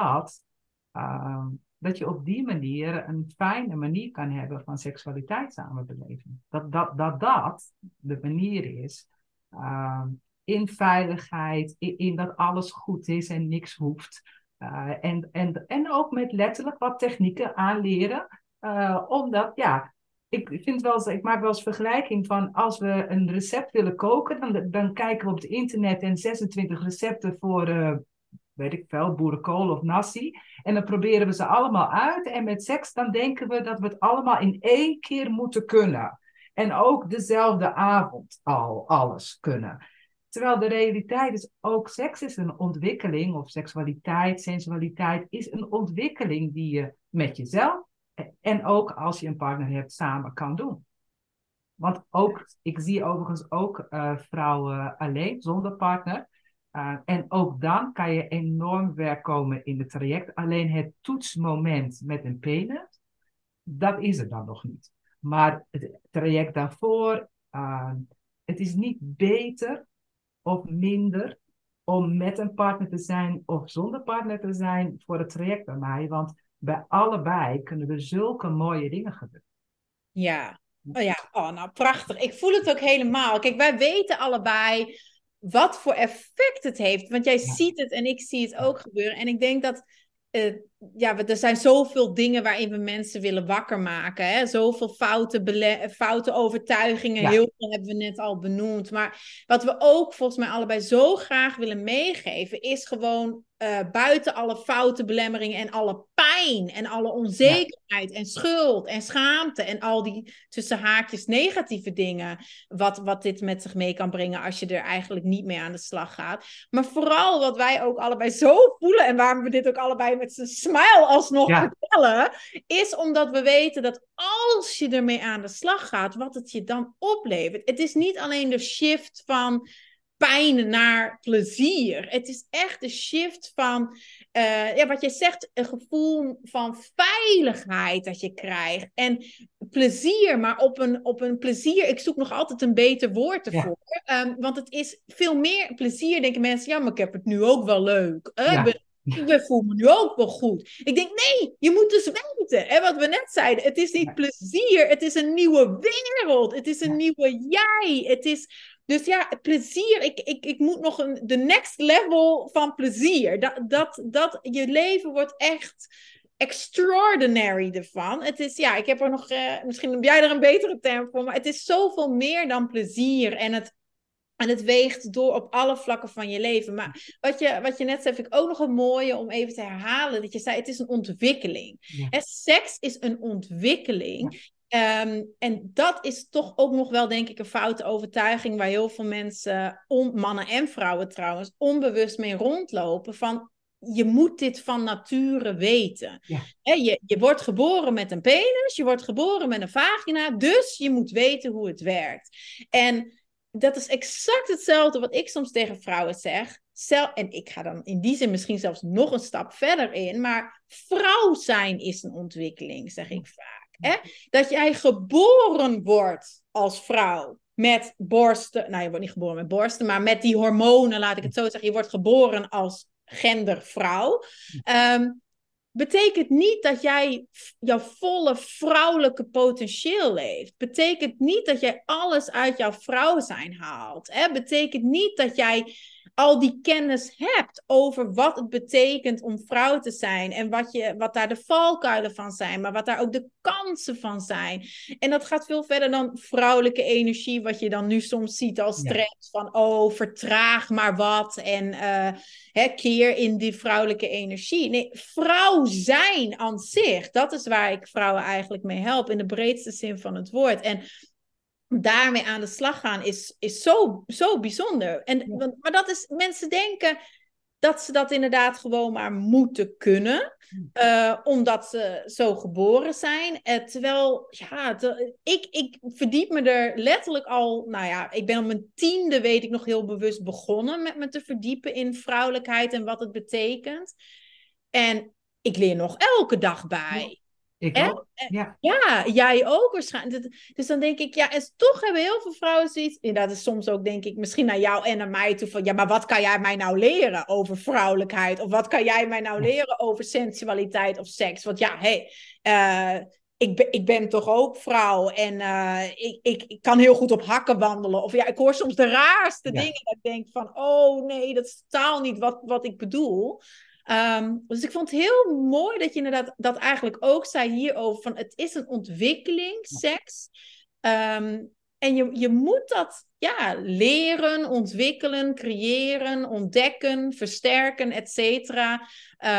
dat je op die manier een fijne manier kan hebben van seksualiteit samenbeleven. Dat de manier is. In veiligheid, in dat alles goed is en niks hoeft. En ook met letterlijk wat technieken aanleren. Omdat, ja, ik maak wel eens vergelijking van als we een recept willen koken, dan kijken we op het internet en 26 recepten voor, weet ik veel, boerenkool of nasi. En dan proberen we ze allemaal uit. En met seks dan denken we dat we het allemaal in 1 keer moeten kunnen. En ook dezelfde avond al alles kunnen. Terwijl de realiteit is ook, seks is een ontwikkeling, of seksualiteit, sensualiteit, is een ontwikkeling die je met jezelf en ook als je een partner hebt samen kan doen. Want ook, ik zie overigens ook vrouwen alleen, zonder partner. En ook dan kan je enorm ver komen in het traject. Alleen het toetsmoment met een penis, dat is er dan nog niet. Maar het traject daarvoor, het is niet beter of minder om met een partner te zijn of zonder partner te zijn voor het traject bij mij. Want bij allebei kunnen er zulke mooie dingen gebeuren. Ja. Oh ja, oh, nou prachtig. Ik voel het ook helemaal. Kijk, wij weten allebei wat voor effect het heeft. Want jij ziet het en ik zie het ook gebeuren. En ik denk dat, er zijn zoveel dingen waarin we mensen willen wakker maken. Hè? Zoveel foute overtuigingen. Ja. Heel veel hebben we net al benoemd. Maar wat we ook volgens mij allebei zo graag willen meegeven, is gewoon buiten alle foute belemmeringen en alle pijn en alle onzekerheid en schuld en schaamte en al die tussen haakjes negatieve dingen, wat dit met zich mee kan brengen als je er eigenlijk niet mee aan de slag gaat. Maar vooral wat wij ook allebei zo voelen en waarom we dit ook allebei met z'n smile alsnog vertellen, is omdat we weten dat als je ermee aan de slag gaat, wat het je dan oplevert. Het is niet alleen de shift van pijn naar plezier. Het is echt de shift van, wat je zegt, een gevoel van veiligheid dat je krijgt. En plezier, maar op een plezier, ik zoek nog altijd een beter woord ervoor. Want het is veel meer plezier, denken mensen, ja, maar ik heb het nu ook wel leuk. Ik voel me nu ook wel goed. Ik denk, nee, je moet dus weten. En wat we net zeiden, het is niet plezier, het is een nieuwe wereld. Het is een nieuwe jij. Het is... Dus ja, plezier, ik moet nog de next level van plezier. Dat je leven wordt echt extraordinary ervan. Het is, ik heb er nog, misschien heb jij er een betere term voor, maar het is zoveel meer dan plezier. En het weegt door op alle vlakken van je leven. Maar wat je net zei, vind ik ook nog een mooie om even te herhalen. Dat je zei, het is een ontwikkeling. Ja. Seks is een ontwikkeling. Ja. En dat is toch ook nog wel, denk ik, een foute overtuiging waar heel veel mensen, mannen en vrouwen trouwens, onbewust mee rondlopen van je moet dit van nature weten. Ja. Je wordt geboren met een penis, je wordt geboren met een vagina, dus je moet weten hoe het werkt. En dat is exact hetzelfde wat ik soms tegen vrouwen zeg. En ik ga dan in die zin misschien zelfs nog een stap verder in, maar vrouw zijn is een ontwikkeling, zeg ik vaak. Dat jij geboren wordt als vrouw met borsten. Nou, je wordt niet geboren met borsten, maar met die hormonen, laat ik het zo zeggen. Je wordt geboren als gendervrouw. Betekent niet dat jij jouw volle vrouwelijke potentieel leeft. Betekent niet dat jij alles uit jouw vrouw zijn haalt. Betekent niet dat jij al die kennis hebt over wat het betekent om vrouw te zijn. En wat daar de valkuilen van zijn. Maar wat daar ook de kansen van zijn. En dat gaat veel verder dan vrouwelijke energie. Wat je dan nu soms ziet als stress. Van vertraag maar wat. En keer in die vrouwelijke energie. Nee, vrouw zijn aan zich. Dat is waar ik vrouwen eigenlijk mee help. In de breedste zin van het woord. En daarmee aan de slag gaan is zo bijzonder. Maar dat is, mensen denken dat ze dat inderdaad gewoon maar moeten kunnen. Omdat ze zo geboren zijn. Terwijl, ik verdiep me er letterlijk al... ik ben op mijn 10e, weet ik nog, heel bewust begonnen met me te verdiepen in vrouwelijkheid en wat het betekent. En ik leer nog elke dag bij. Ik ook, ja. Ja, jij ook waarschijnlijk. Dus dan denk ik, en toch hebben heel veel vrouwen zoiets... En dat is soms ook, denk ik, misschien naar jou en naar mij toe van... Ja, maar wat kan jij mij nou leren over vrouwelijkheid? Of wat kan jij mij nou leren over sensualiteit of seks? Want ik ben toch ook vrouw en ik kan heel goed op hakken wandelen. Of ik hoor soms de raarste dingen dat ik denk van... Oh nee, dat is totaal niet wat ik bedoel... Dus ik vond het heel mooi dat je inderdaad dat eigenlijk ook zei hierover. Van het is een ontwikkeling, seks. En je moet dat leren, ontwikkelen, creëren, ontdekken, versterken, et cetera.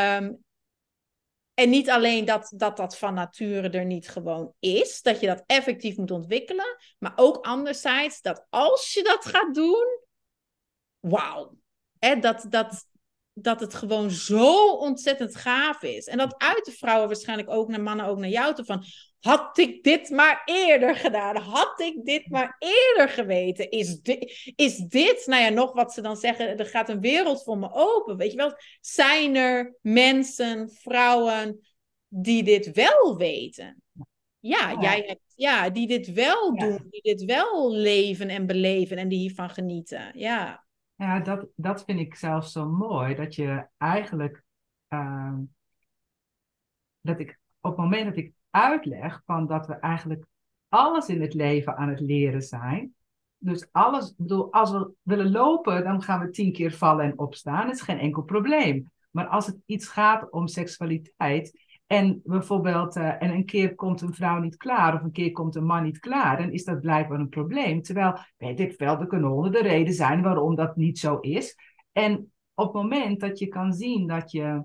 En niet alleen dat van nature er niet gewoon is. Dat je dat effectief moet ontwikkelen. Maar ook anderzijds dat als je dat gaat doen... wauw. Dat het gewoon zo ontzettend gaaf is. En dat uit de vrouwen waarschijnlijk ook naar mannen, ook naar jou toe van... Had ik dit maar eerder gedaan? Had ik dit maar eerder geweten? Is dit, nou ja, nog wat ze dan zeggen, er gaat een wereld voor me open. Weet je wel? Zijn er mensen, vrouwen, die dit wel weten? Ja, die dit wel doen, die dit wel leven en beleven en die hiervan genieten. Ja. Ja, dat vind ik zelfs zo mooi, dat je eigenlijk, dat ik op het moment dat ik uitleg van dat we eigenlijk alles in het leven aan het leren zijn. Dus alles, ik bedoel, als we willen lopen, dan gaan we 10 keer vallen en opstaan. Dat is geen enkel probleem. Maar als het iets gaat om seksualiteit en bijvoorbeeld, en een keer komt een vrouw niet klaar of een keer komt een man niet klaar, dan is dat blijkbaar een probleem. Terwijl, weet ik wel, er kunnen honderden redenen zijn waarom dat niet zo is. En op het moment dat je kan zien dat je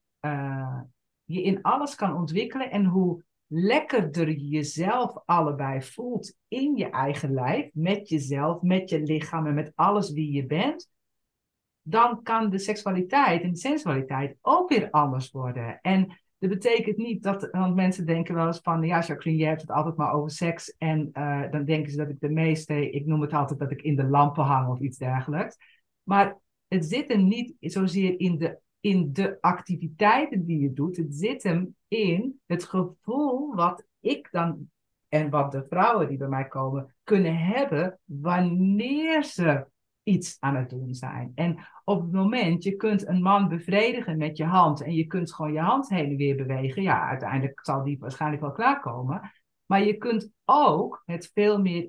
je in alles kan ontwikkelen en hoe lekkerder je jezelf allebei voelt in je eigen lijf, met jezelf, met je lichaam en met alles wie je bent, dan kan de seksualiteit en de sensualiteit ook weer anders worden. En dat betekent niet dat, want mensen denken wel eens van, ja Jacqueline, je hebt het altijd maar over seks en dan denken ze dat ik de meeste, ik noem het altijd dat ik in de lampen hang of iets dergelijks. Maar het zit hem niet zozeer in de activiteiten die je doet. Het zit hem in het gevoel wat ik dan en wat de vrouwen die bij mij komen kunnen hebben wanneer ze iets aan het doen zijn. En op het moment, je kunt een man bevredigen met je hand en je kunt gewoon je hand heen en weer bewegen. Ja, uiteindelijk zal die waarschijnlijk wel klaarkomen. Maar je kunt ook met veel meer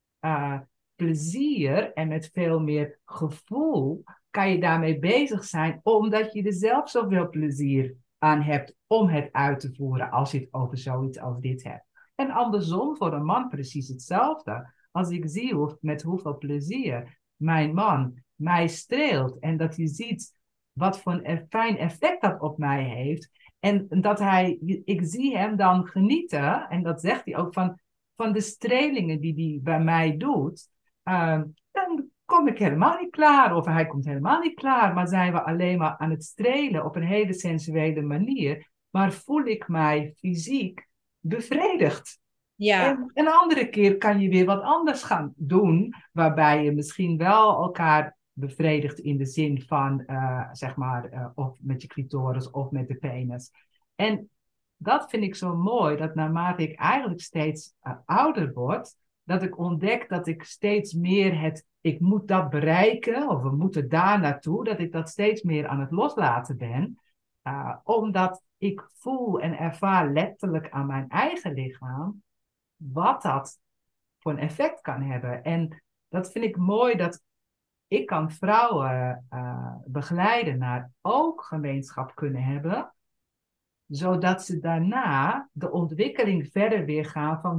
plezier en met veel meer gevoel kan je daarmee bezig zijn, omdat je er zelf zoveel plezier aan hebt om het uit te voeren als je het over zoiets als dit hebt. En andersom voor een man precies hetzelfde. Als ik zie met hoeveel plezier mijn man mij streelt en dat hij ziet wat voor een fijn effect dat op mij heeft en dat ik zie hem dan genieten en dat zegt hij ook van de strelingen die hij bij mij doet, dan kom ik helemaal niet klaar of hij komt helemaal niet klaar, maar zijn we alleen maar aan het strelen op een hele sensuele manier, maar voel ik mij fysiek bevredigd. Ja. En een andere keer kan je weer wat anders gaan doen, waarbij je misschien wel elkaar bevredigt in de zin van, zeg maar, of met je clitoris of met de penis. En dat vind ik zo mooi, dat naarmate ik eigenlijk steeds ouder word, dat ik ontdek dat ik steeds meer ik moet dat bereiken, of we moeten daar naartoe, dat ik dat steeds meer aan het loslaten ben. Omdat ik voel en ervaar letterlijk aan mijn eigen lichaam wat dat voor een effect kan hebben. En dat vind ik mooi, dat ik kan vrouwen begeleiden naar ook gemeenschap kunnen hebben, zodat ze daarna de ontwikkeling verder weer gaan van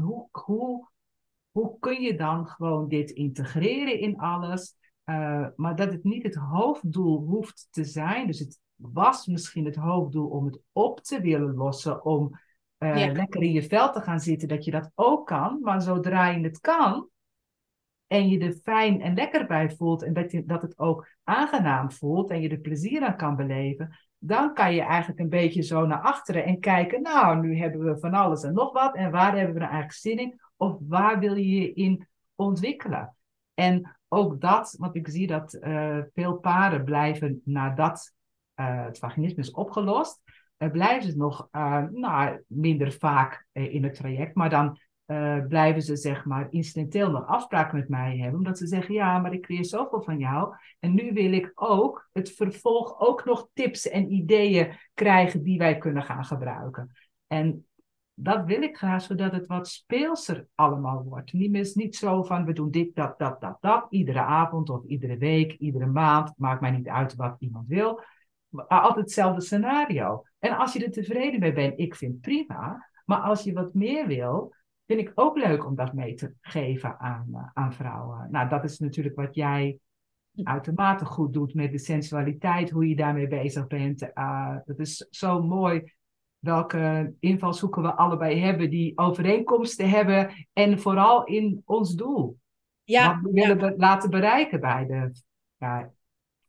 hoe kun je dan gewoon dit integreren in alles, maar dat het niet het hoofddoel hoeft te zijn. Dus het was misschien het hoofddoel om het op te willen lossen, om lekker in je vel te gaan zitten, dat je dat ook kan. Maar zodra je het kan en je er fijn en lekker bij voelt en dat het ook aangenaam voelt en je er plezier aan kan beleven, dan kan je eigenlijk een beetje zo naar achteren en kijken, nou, nu hebben we van alles en nog wat en waar hebben we er eigenlijk zin in? Of waar wil je je in ontwikkelen? En ook dat, want ik zie dat veel paren blijven nadat het vaginisme is opgelost, blijven ze nog minder vaak in het traject, maar dan blijven ze zeg maar incidenteel nog afspraken met mij hebben, omdat ze zeggen, ja, maar ik leer zoveel van jou en nu wil ik ook het vervolg ook nog tips en ideeën krijgen die wij kunnen gaan gebruiken. En dat wil ik graag, zodat het wat speelser allemaal wordt. Niet zo van, we doen dit, dat, iedere avond of iedere week, iedere maand. Maakt mij niet uit wat iemand wil. Maar altijd hetzelfde scenario. En als je er tevreden mee bent, ik vind het prima. Maar als je wat meer wil, vind ik ook leuk om dat mee te geven aan vrouwen. Nou, dat is natuurlijk wat jij uitermate goed doet met de sensualiteit, hoe je daarmee bezig bent. Dat is zo mooi welke invalshoeken we allebei hebben, die overeenkomsten hebben en vooral in ons doel. Ja, wat we willen laten bereiken bij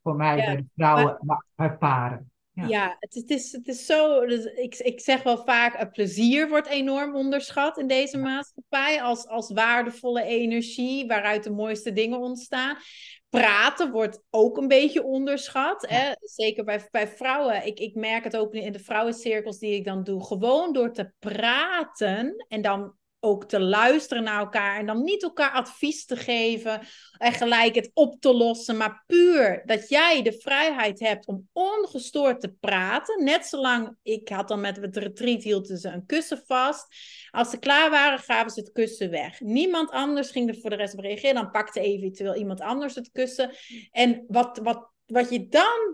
voor mij bij Ja, de vrouwen, maar maar bij paren. Ja. ja, het is zo. Dus ik zeg wel vaak, plezier wordt enorm onderschat in deze maatschappij als waardevolle energie waaruit de mooiste dingen ontstaan. Praten wordt ook een beetje onderschat. Ja. Hè? Zeker bij vrouwen. Ik merk het ook in de vrouwencirkels die ik dan doe. Gewoon door te praten en dan ook te luisteren naar elkaar en dan niet elkaar advies te geven en gelijk het op te lossen, maar puur dat jij de vrijheid hebt om ongestoord te praten. Net zolang, ik had dan met het retreat, hielden ze een kussen vast. Als ze klaar waren, gaven ze het kussen weg. Niemand anders ging er voor de rest op reageren. Dan pakte eventueel iemand anders het kussen. En wat je dan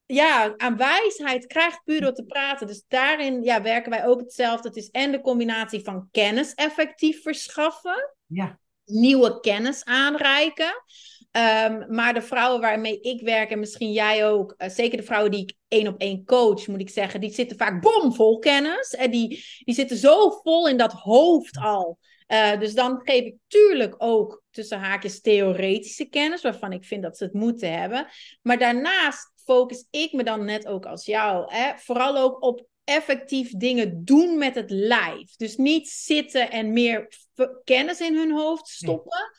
aan wijsheid krijgt puur door te praten. Dus daarin werken wij ook hetzelfde. Het is en de combinatie van kennis effectief verschaffen, Ja. nieuwe kennis aanreiken. Maar de vrouwen waarmee ik werk, en misschien jij ook, zeker de vrouwen die ik 1-op-1 coach, moet ik zeggen, die zitten vaak bomvol kennis. En die zitten zo vol in dat hoofd al. Dus dan geef ik tuurlijk ook tussen haakjes theoretische kennis, waarvan ik vind dat ze het moeten hebben. Maar daarnaast focus ik me dan net ook als jou, vooral ook op effectief dingen doen met het lijf. Dus niet zitten en meer kennis in hun hoofd stoppen.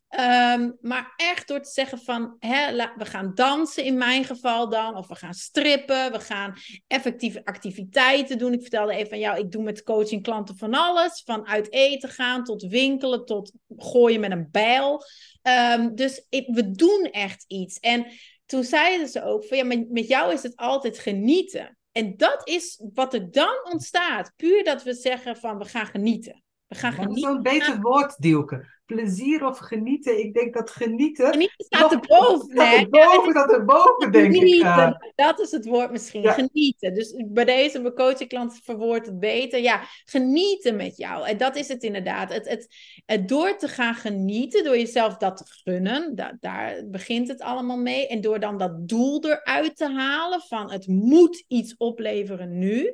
Maar echt door te zeggen van, we gaan dansen in mijn geval dan, of we gaan strippen, we gaan effectieve activiteiten doen. Ik vertelde even van jou, ik doe met coaching klanten van alles, van uit eten gaan, tot winkelen, tot gooien met een bijl. Dus we doen echt iets. En toen zeiden ze ook van, met jou is het altijd genieten. En dat is wat er dan ontstaat. Puur dat we zeggen van, we gaan genieten. We gaan Dat is genieten. zo'n beter woord, Dielke. Plezier of genieten. Ik denk dat genieten Genieten staat erboven, staat hè? erboven, denk ik. Genieten, dat is het woord misschien. Ja. Genieten. Dus bij deze, mijn coachingklant verwoordt het beter. Ja, genieten met jou. En dat is het inderdaad. Het door te gaan genieten, door jezelf dat te gunnen, daar begint het allemaal mee. En door dan dat doel eruit te halen van het moet iets opleveren nu.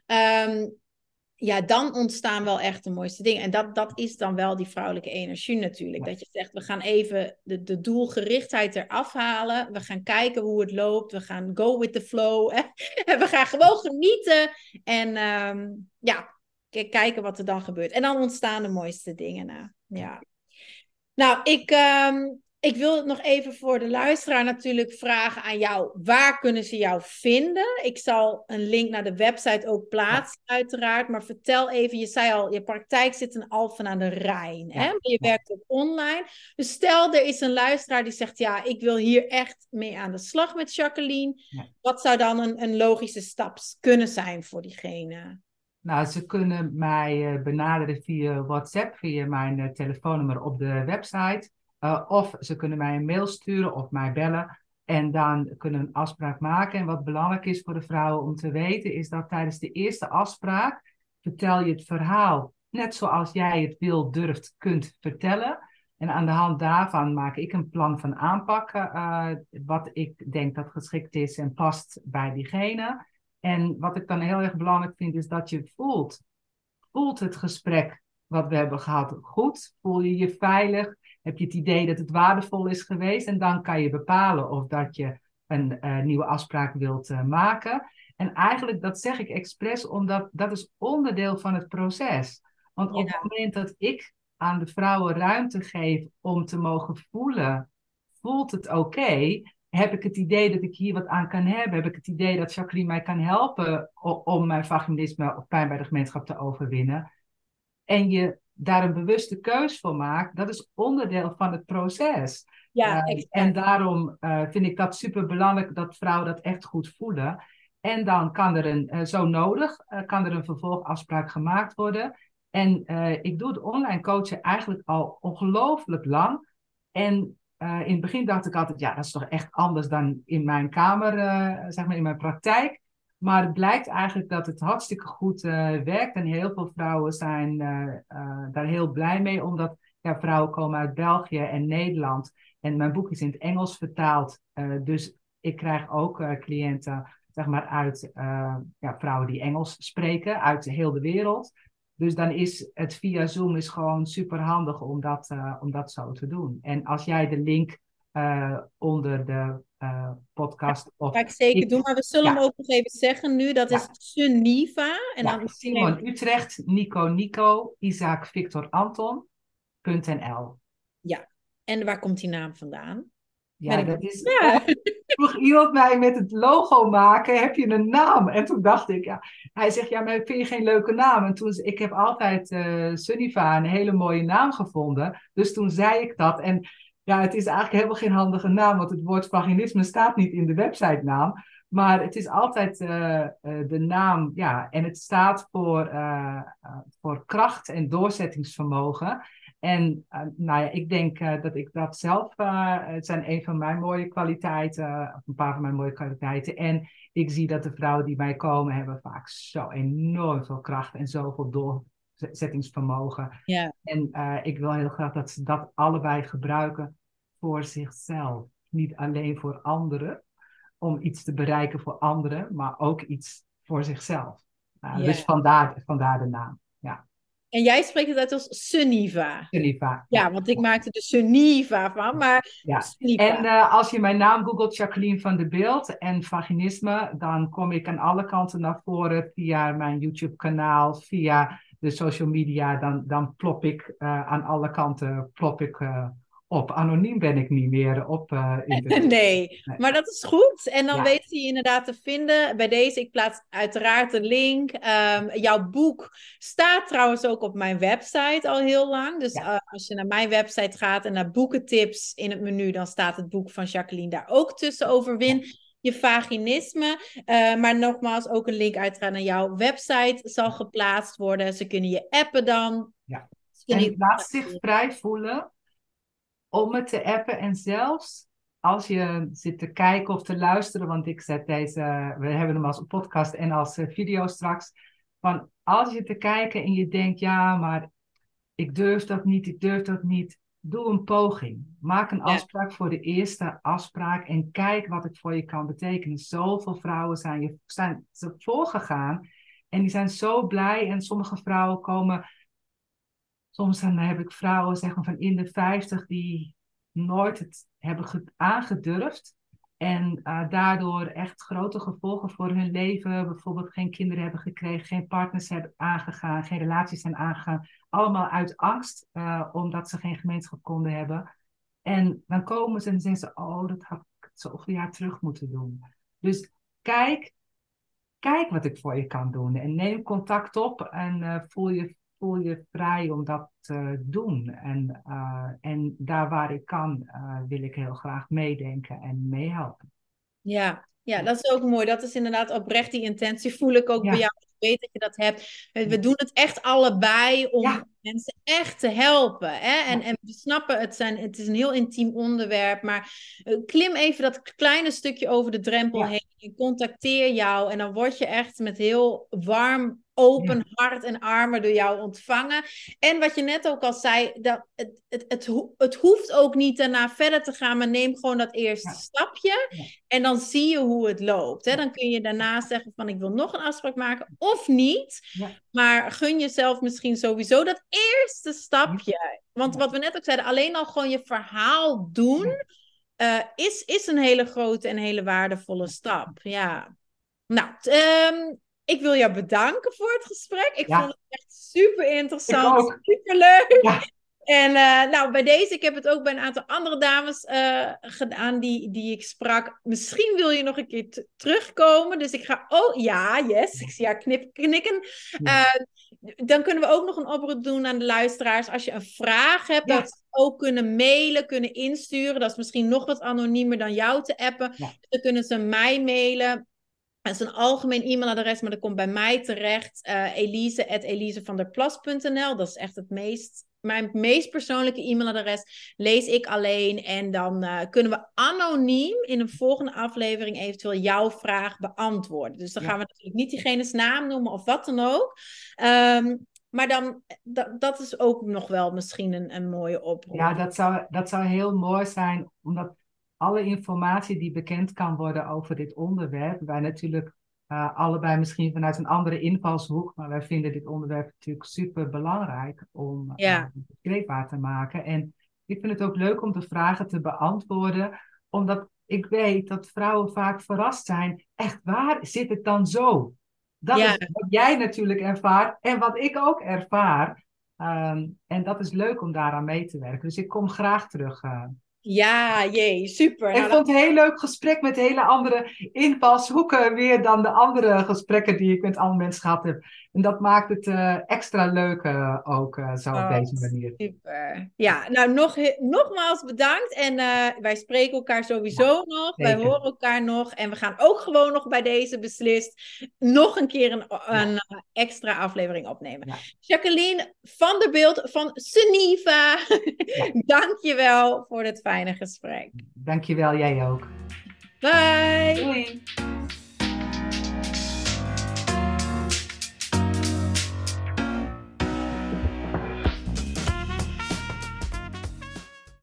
Dan ontstaan wel echt de mooiste dingen. En dat is dan wel die vrouwelijke energie natuurlijk. Ja. Dat je zegt, we gaan even de doelgerichtheid eraf halen. We gaan kijken hoe het loopt. We gaan go with the flow. En we gaan gewoon genieten. En kijken wat er dan gebeurt. En dan ontstaan de mooiste dingen. Ja. Nou, ik wil het nog even voor de luisteraar natuurlijk vragen aan jou. Waar kunnen ze jou vinden? Ik zal een link naar de website ook plaatsen, uiteraard. Maar vertel even, je zei al, je praktijk zit in Alphen aan de Rijn. Hè? Maar je werkt ook online. Dus stel, er is een luisteraar die zegt, ja, ik wil hier echt mee aan de slag met Jacqueline. Ja. Wat zou dan een logische stap kunnen zijn voor diegene? Nou, ze kunnen mij benaderen via WhatsApp, via mijn telefoonnummer op de website. Of ze kunnen mij een mail sturen of mij bellen. En dan kunnen we een afspraak maken. En wat belangrijk is voor de vrouwen om te weten, is dat tijdens de eerste afspraak vertel je het verhaal net zoals jij het wil, durft, kunt vertellen. En aan de hand daarvan maak ik een plan van aanpak, wat ik denk dat geschikt is en past bij diegene. En wat ik dan heel erg belangrijk vind, is dat je voelt het gesprek wat we hebben gehad goed? Voel je je veilig? Heb je het idee dat het waardevol is geweest? En dan kan je bepalen of dat je een nieuwe afspraak wilt maken. En eigenlijk, dat zeg ik expres, omdat dat is onderdeel van het proces. Want op het moment dat ik aan de vrouwen ruimte geef om te mogen voelen, voelt het oké? Heb ik het idee dat ik hier wat aan kan hebben? Heb ik het idee dat Jacqueline mij kan helpen om mijn vaginisme of pijn bij de gemeenschap te overwinnen? En je daar een bewuste keus voor maakt, dat is onderdeel van het proces. Ja, en daarom vind ik dat superbelangrijk dat vrouwen dat echt goed voelen. En dan kan er zo nodig, kan er een vervolgafspraak gemaakt worden. En ik doe het online coachen eigenlijk al ongelooflijk lang. En in het begin dacht ik altijd, ja, dat is toch echt anders dan in mijn kamer, zeg maar in mijn praktijk. Maar het blijkt eigenlijk dat het hartstikke goed werkt. En heel veel vrouwen zijn daar heel blij mee. Omdat vrouwen komen uit België en Nederland. En mijn boek is in het Engels vertaald. Dus ik krijg ook cliënten zeg maar, uit vrouwen die Engels spreken. Uit heel de wereld. Dus dan is het via Zoom is gewoon super handig om dat zo te doen. En als jij de link onder de podcast. Dat ga Of ik zeker doen, maar we zullen hem ja, ook nog even zeggen nu. Dat is ja, Suniva. En ja, dan Simon Utrecht, Nico, Isaac Victor Anton.nl. ja. En waar komt die naam vandaan? Ben Ja, ik dat is. ja. Vroeg iemand mij met het logo maken, heb je een naam? En toen dacht ik, ja. Hij zegt, ja, maar vind je geen leuke naam? En toen, ik heb altijd Sunniva een hele mooie naam gevonden. Dus toen zei ik dat. En ja, het is eigenlijk helemaal geen handige naam, want het woord vaginisme staat niet in de websitenaam. Maar het is altijd de naam, ja, en het staat voor kracht en doorzettingsvermogen. En nou ja, ik denk dat ik dat zelf, het zijn een van mijn mooie kwaliteiten, of een paar van mijn mooie kwaliteiten. En ik zie dat de vrouwen die bij komen hebben vaak zo enorm veel kracht en zoveel doorzettingsvermogen. Ja. En ik wil heel graag dat ze dat allebei gebruiken voor zichzelf. Niet alleen voor anderen, om iets te bereiken voor anderen, maar ook iets voor zichzelf. Dus vandaar de naam. Ja. En jij spreekt het uit als Sunniva. Geneva, Ja, ja. want ik maakte er Sunniva van, maar Ja. En Sunniva. als je mijn naam googelt, Jacqueline van der Beeld en vaginisme, dan kom ik aan alle kanten naar voren via mijn YouTube-kanaal, via de social media. Dan plop ik aan alle kanten op. Anoniem ben ik niet meer op internet. Nee, Nee. maar dat is goed. En dan Ja, weet je inderdaad te vinden. Bij deze, ik plaats uiteraard een link. Jouw boek staat trouwens ook op mijn website al heel lang. Dus ja, als je naar mijn website gaat en naar boekentips in het menu, dan staat het boek van Jacqueline daar ook tussen. Overwin je vaginisme. Maar nogmaals, ook een link uiteraard naar jouw website zal geplaatst worden. Ze kunnen je appen dan. ja. Ze kunnen En je laat zich vrij voelen om het te appen. En zelfs als je zit te kijken of te luisteren, want ik zet deze, we hebben hem als podcast en als video straks. Van als je te kijken en je denkt, ja, maar ik durf dat niet, ik durf dat niet. Doe een poging. Maak een Ja. afspraak voor de eerste afspraak en kijk wat het voor je kan betekenen. Zoveel vrouwen zijn ze voorgegaan en die zijn zo blij. En sommige vrouwen komen. Soms dan heb ik vrouwen zeg maar, van in de 50 die nooit het hebben aangedurfd. En daardoor echt grote gevolgen voor hun leven. Bijvoorbeeld geen kinderen hebben gekregen, geen partners hebben aangegaan, geen relaties zijn aangegaan. Allemaal uit angst, omdat ze geen gemeenschap konden hebben. En dan komen ze en zeggen ze, oh, dat had ik zoveel jaar terug moeten doen. Dus kijk wat ik voor je kan doen. En neem contact op en voel je vrij om dat te doen. En daar waar ik kan, wil ik heel graag meedenken en meehelpen. Ja, ja, dat is ook mooi. Dat is inderdaad oprecht die intentie. Voel ik ook bij Ja, jou. Ik weet dat je dat hebt. We doen het echt allebei ja, om mensen echt te helpen. Hè? ja, En we snappen, het is een heel intiem onderwerp. Maar klim even dat kleine stukje over de drempel ja, heen. En contacteer jou. En dan word je echt met heel warm, ja, open hart en armen door jou ontvangen. En wat je net ook al zei, dat het hoeft ook niet daarna verder te gaan. Maar neem gewoon dat eerste ja, stapje. ja, En dan zie je hoe het loopt. Hè? ja, Dan kun je daarna zeggen van ik wil nog een afspraak maken of niet. ja, Maar gun jezelf misschien sowieso dat eerste ja, stapje. Want ja, wat we net ook zeiden, alleen al gewoon je verhaal doen is een hele grote en hele waardevolle stap. Ja. Nou, ik wil jou bedanken voor het gesprek. Ik vond ja, het echt super ik interessant, ook. super leuk. Ja, En nou, bij deze, ik heb het ook bij een aantal andere dames gedaan die ik sprak. Misschien wil je nog een keer terugkomen. Dus ik ga, oh ja, yes, ik zie haar knikken. ja, Uh, dan kunnen we ook nog een oproep doen aan de luisteraars. Als je een vraag hebt, ja, dat ze ook kunnen mailen, kunnen insturen. Dat is misschien nog wat anoniemer dan jou te appen. ja, Dan kunnen ze mij mailen. Dat is een algemeen e-mailadres, maar dat komt bij mij terecht. Elise@elisevanderplas.nl. Dat is echt mijn meest persoonlijke e-mailadres. Lees ik alleen. En dan kunnen we anoniem in een volgende aflevering eventueel jouw vraag beantwoorden. Dus dan gaan we natuurlijk niet diegene's naam noemen of wat dan ook. Maar dan, dat is ook nog wel misschien een mooie oproep. Ja, dat zou heel mooi zijn, omdat alle informatie die bekend kan worden over dit onderwerp, wij natuurlijk allebei misschien vanuit een andere invalshoek, maar wij vinden dit onderwerp natuurlijk super belangrijk om bespreekbaar te maken. En Ik vind het ook leuk om de vragen te beantwoorden, omdat ik weet dat vrouwen vaak verrast zijn. Echt waar, zit het dan zo? Dat Ja. is wat jij natuurlijk ervaart en wat ik ook ervaar. En dat is leuk om daaraan mee te werken. Dus ik kom graag terug. Ja, jee, super. Ik Nou, vond het een heel leuk gesprek met hele andere invalshoeken weer dan de andere gesprekken die ik met andere mensen gehad heb. En dat maakt het extra leuk ook zo op deze manier. super. Ja, nou nogmaals bedankt. En wij spreken elkaar sowieso Ja, nog. Wij zeker. horen elkaar nog. En we gaan ook gewoon nog bij deze beslist nog een keer een extra aflevering opnemen. Ja. Jacqueline van der Beeld van Suniva. Ja. Dank je wel voor dit fijne gesprek. Dankjewel, jij ook. Bye! Doei!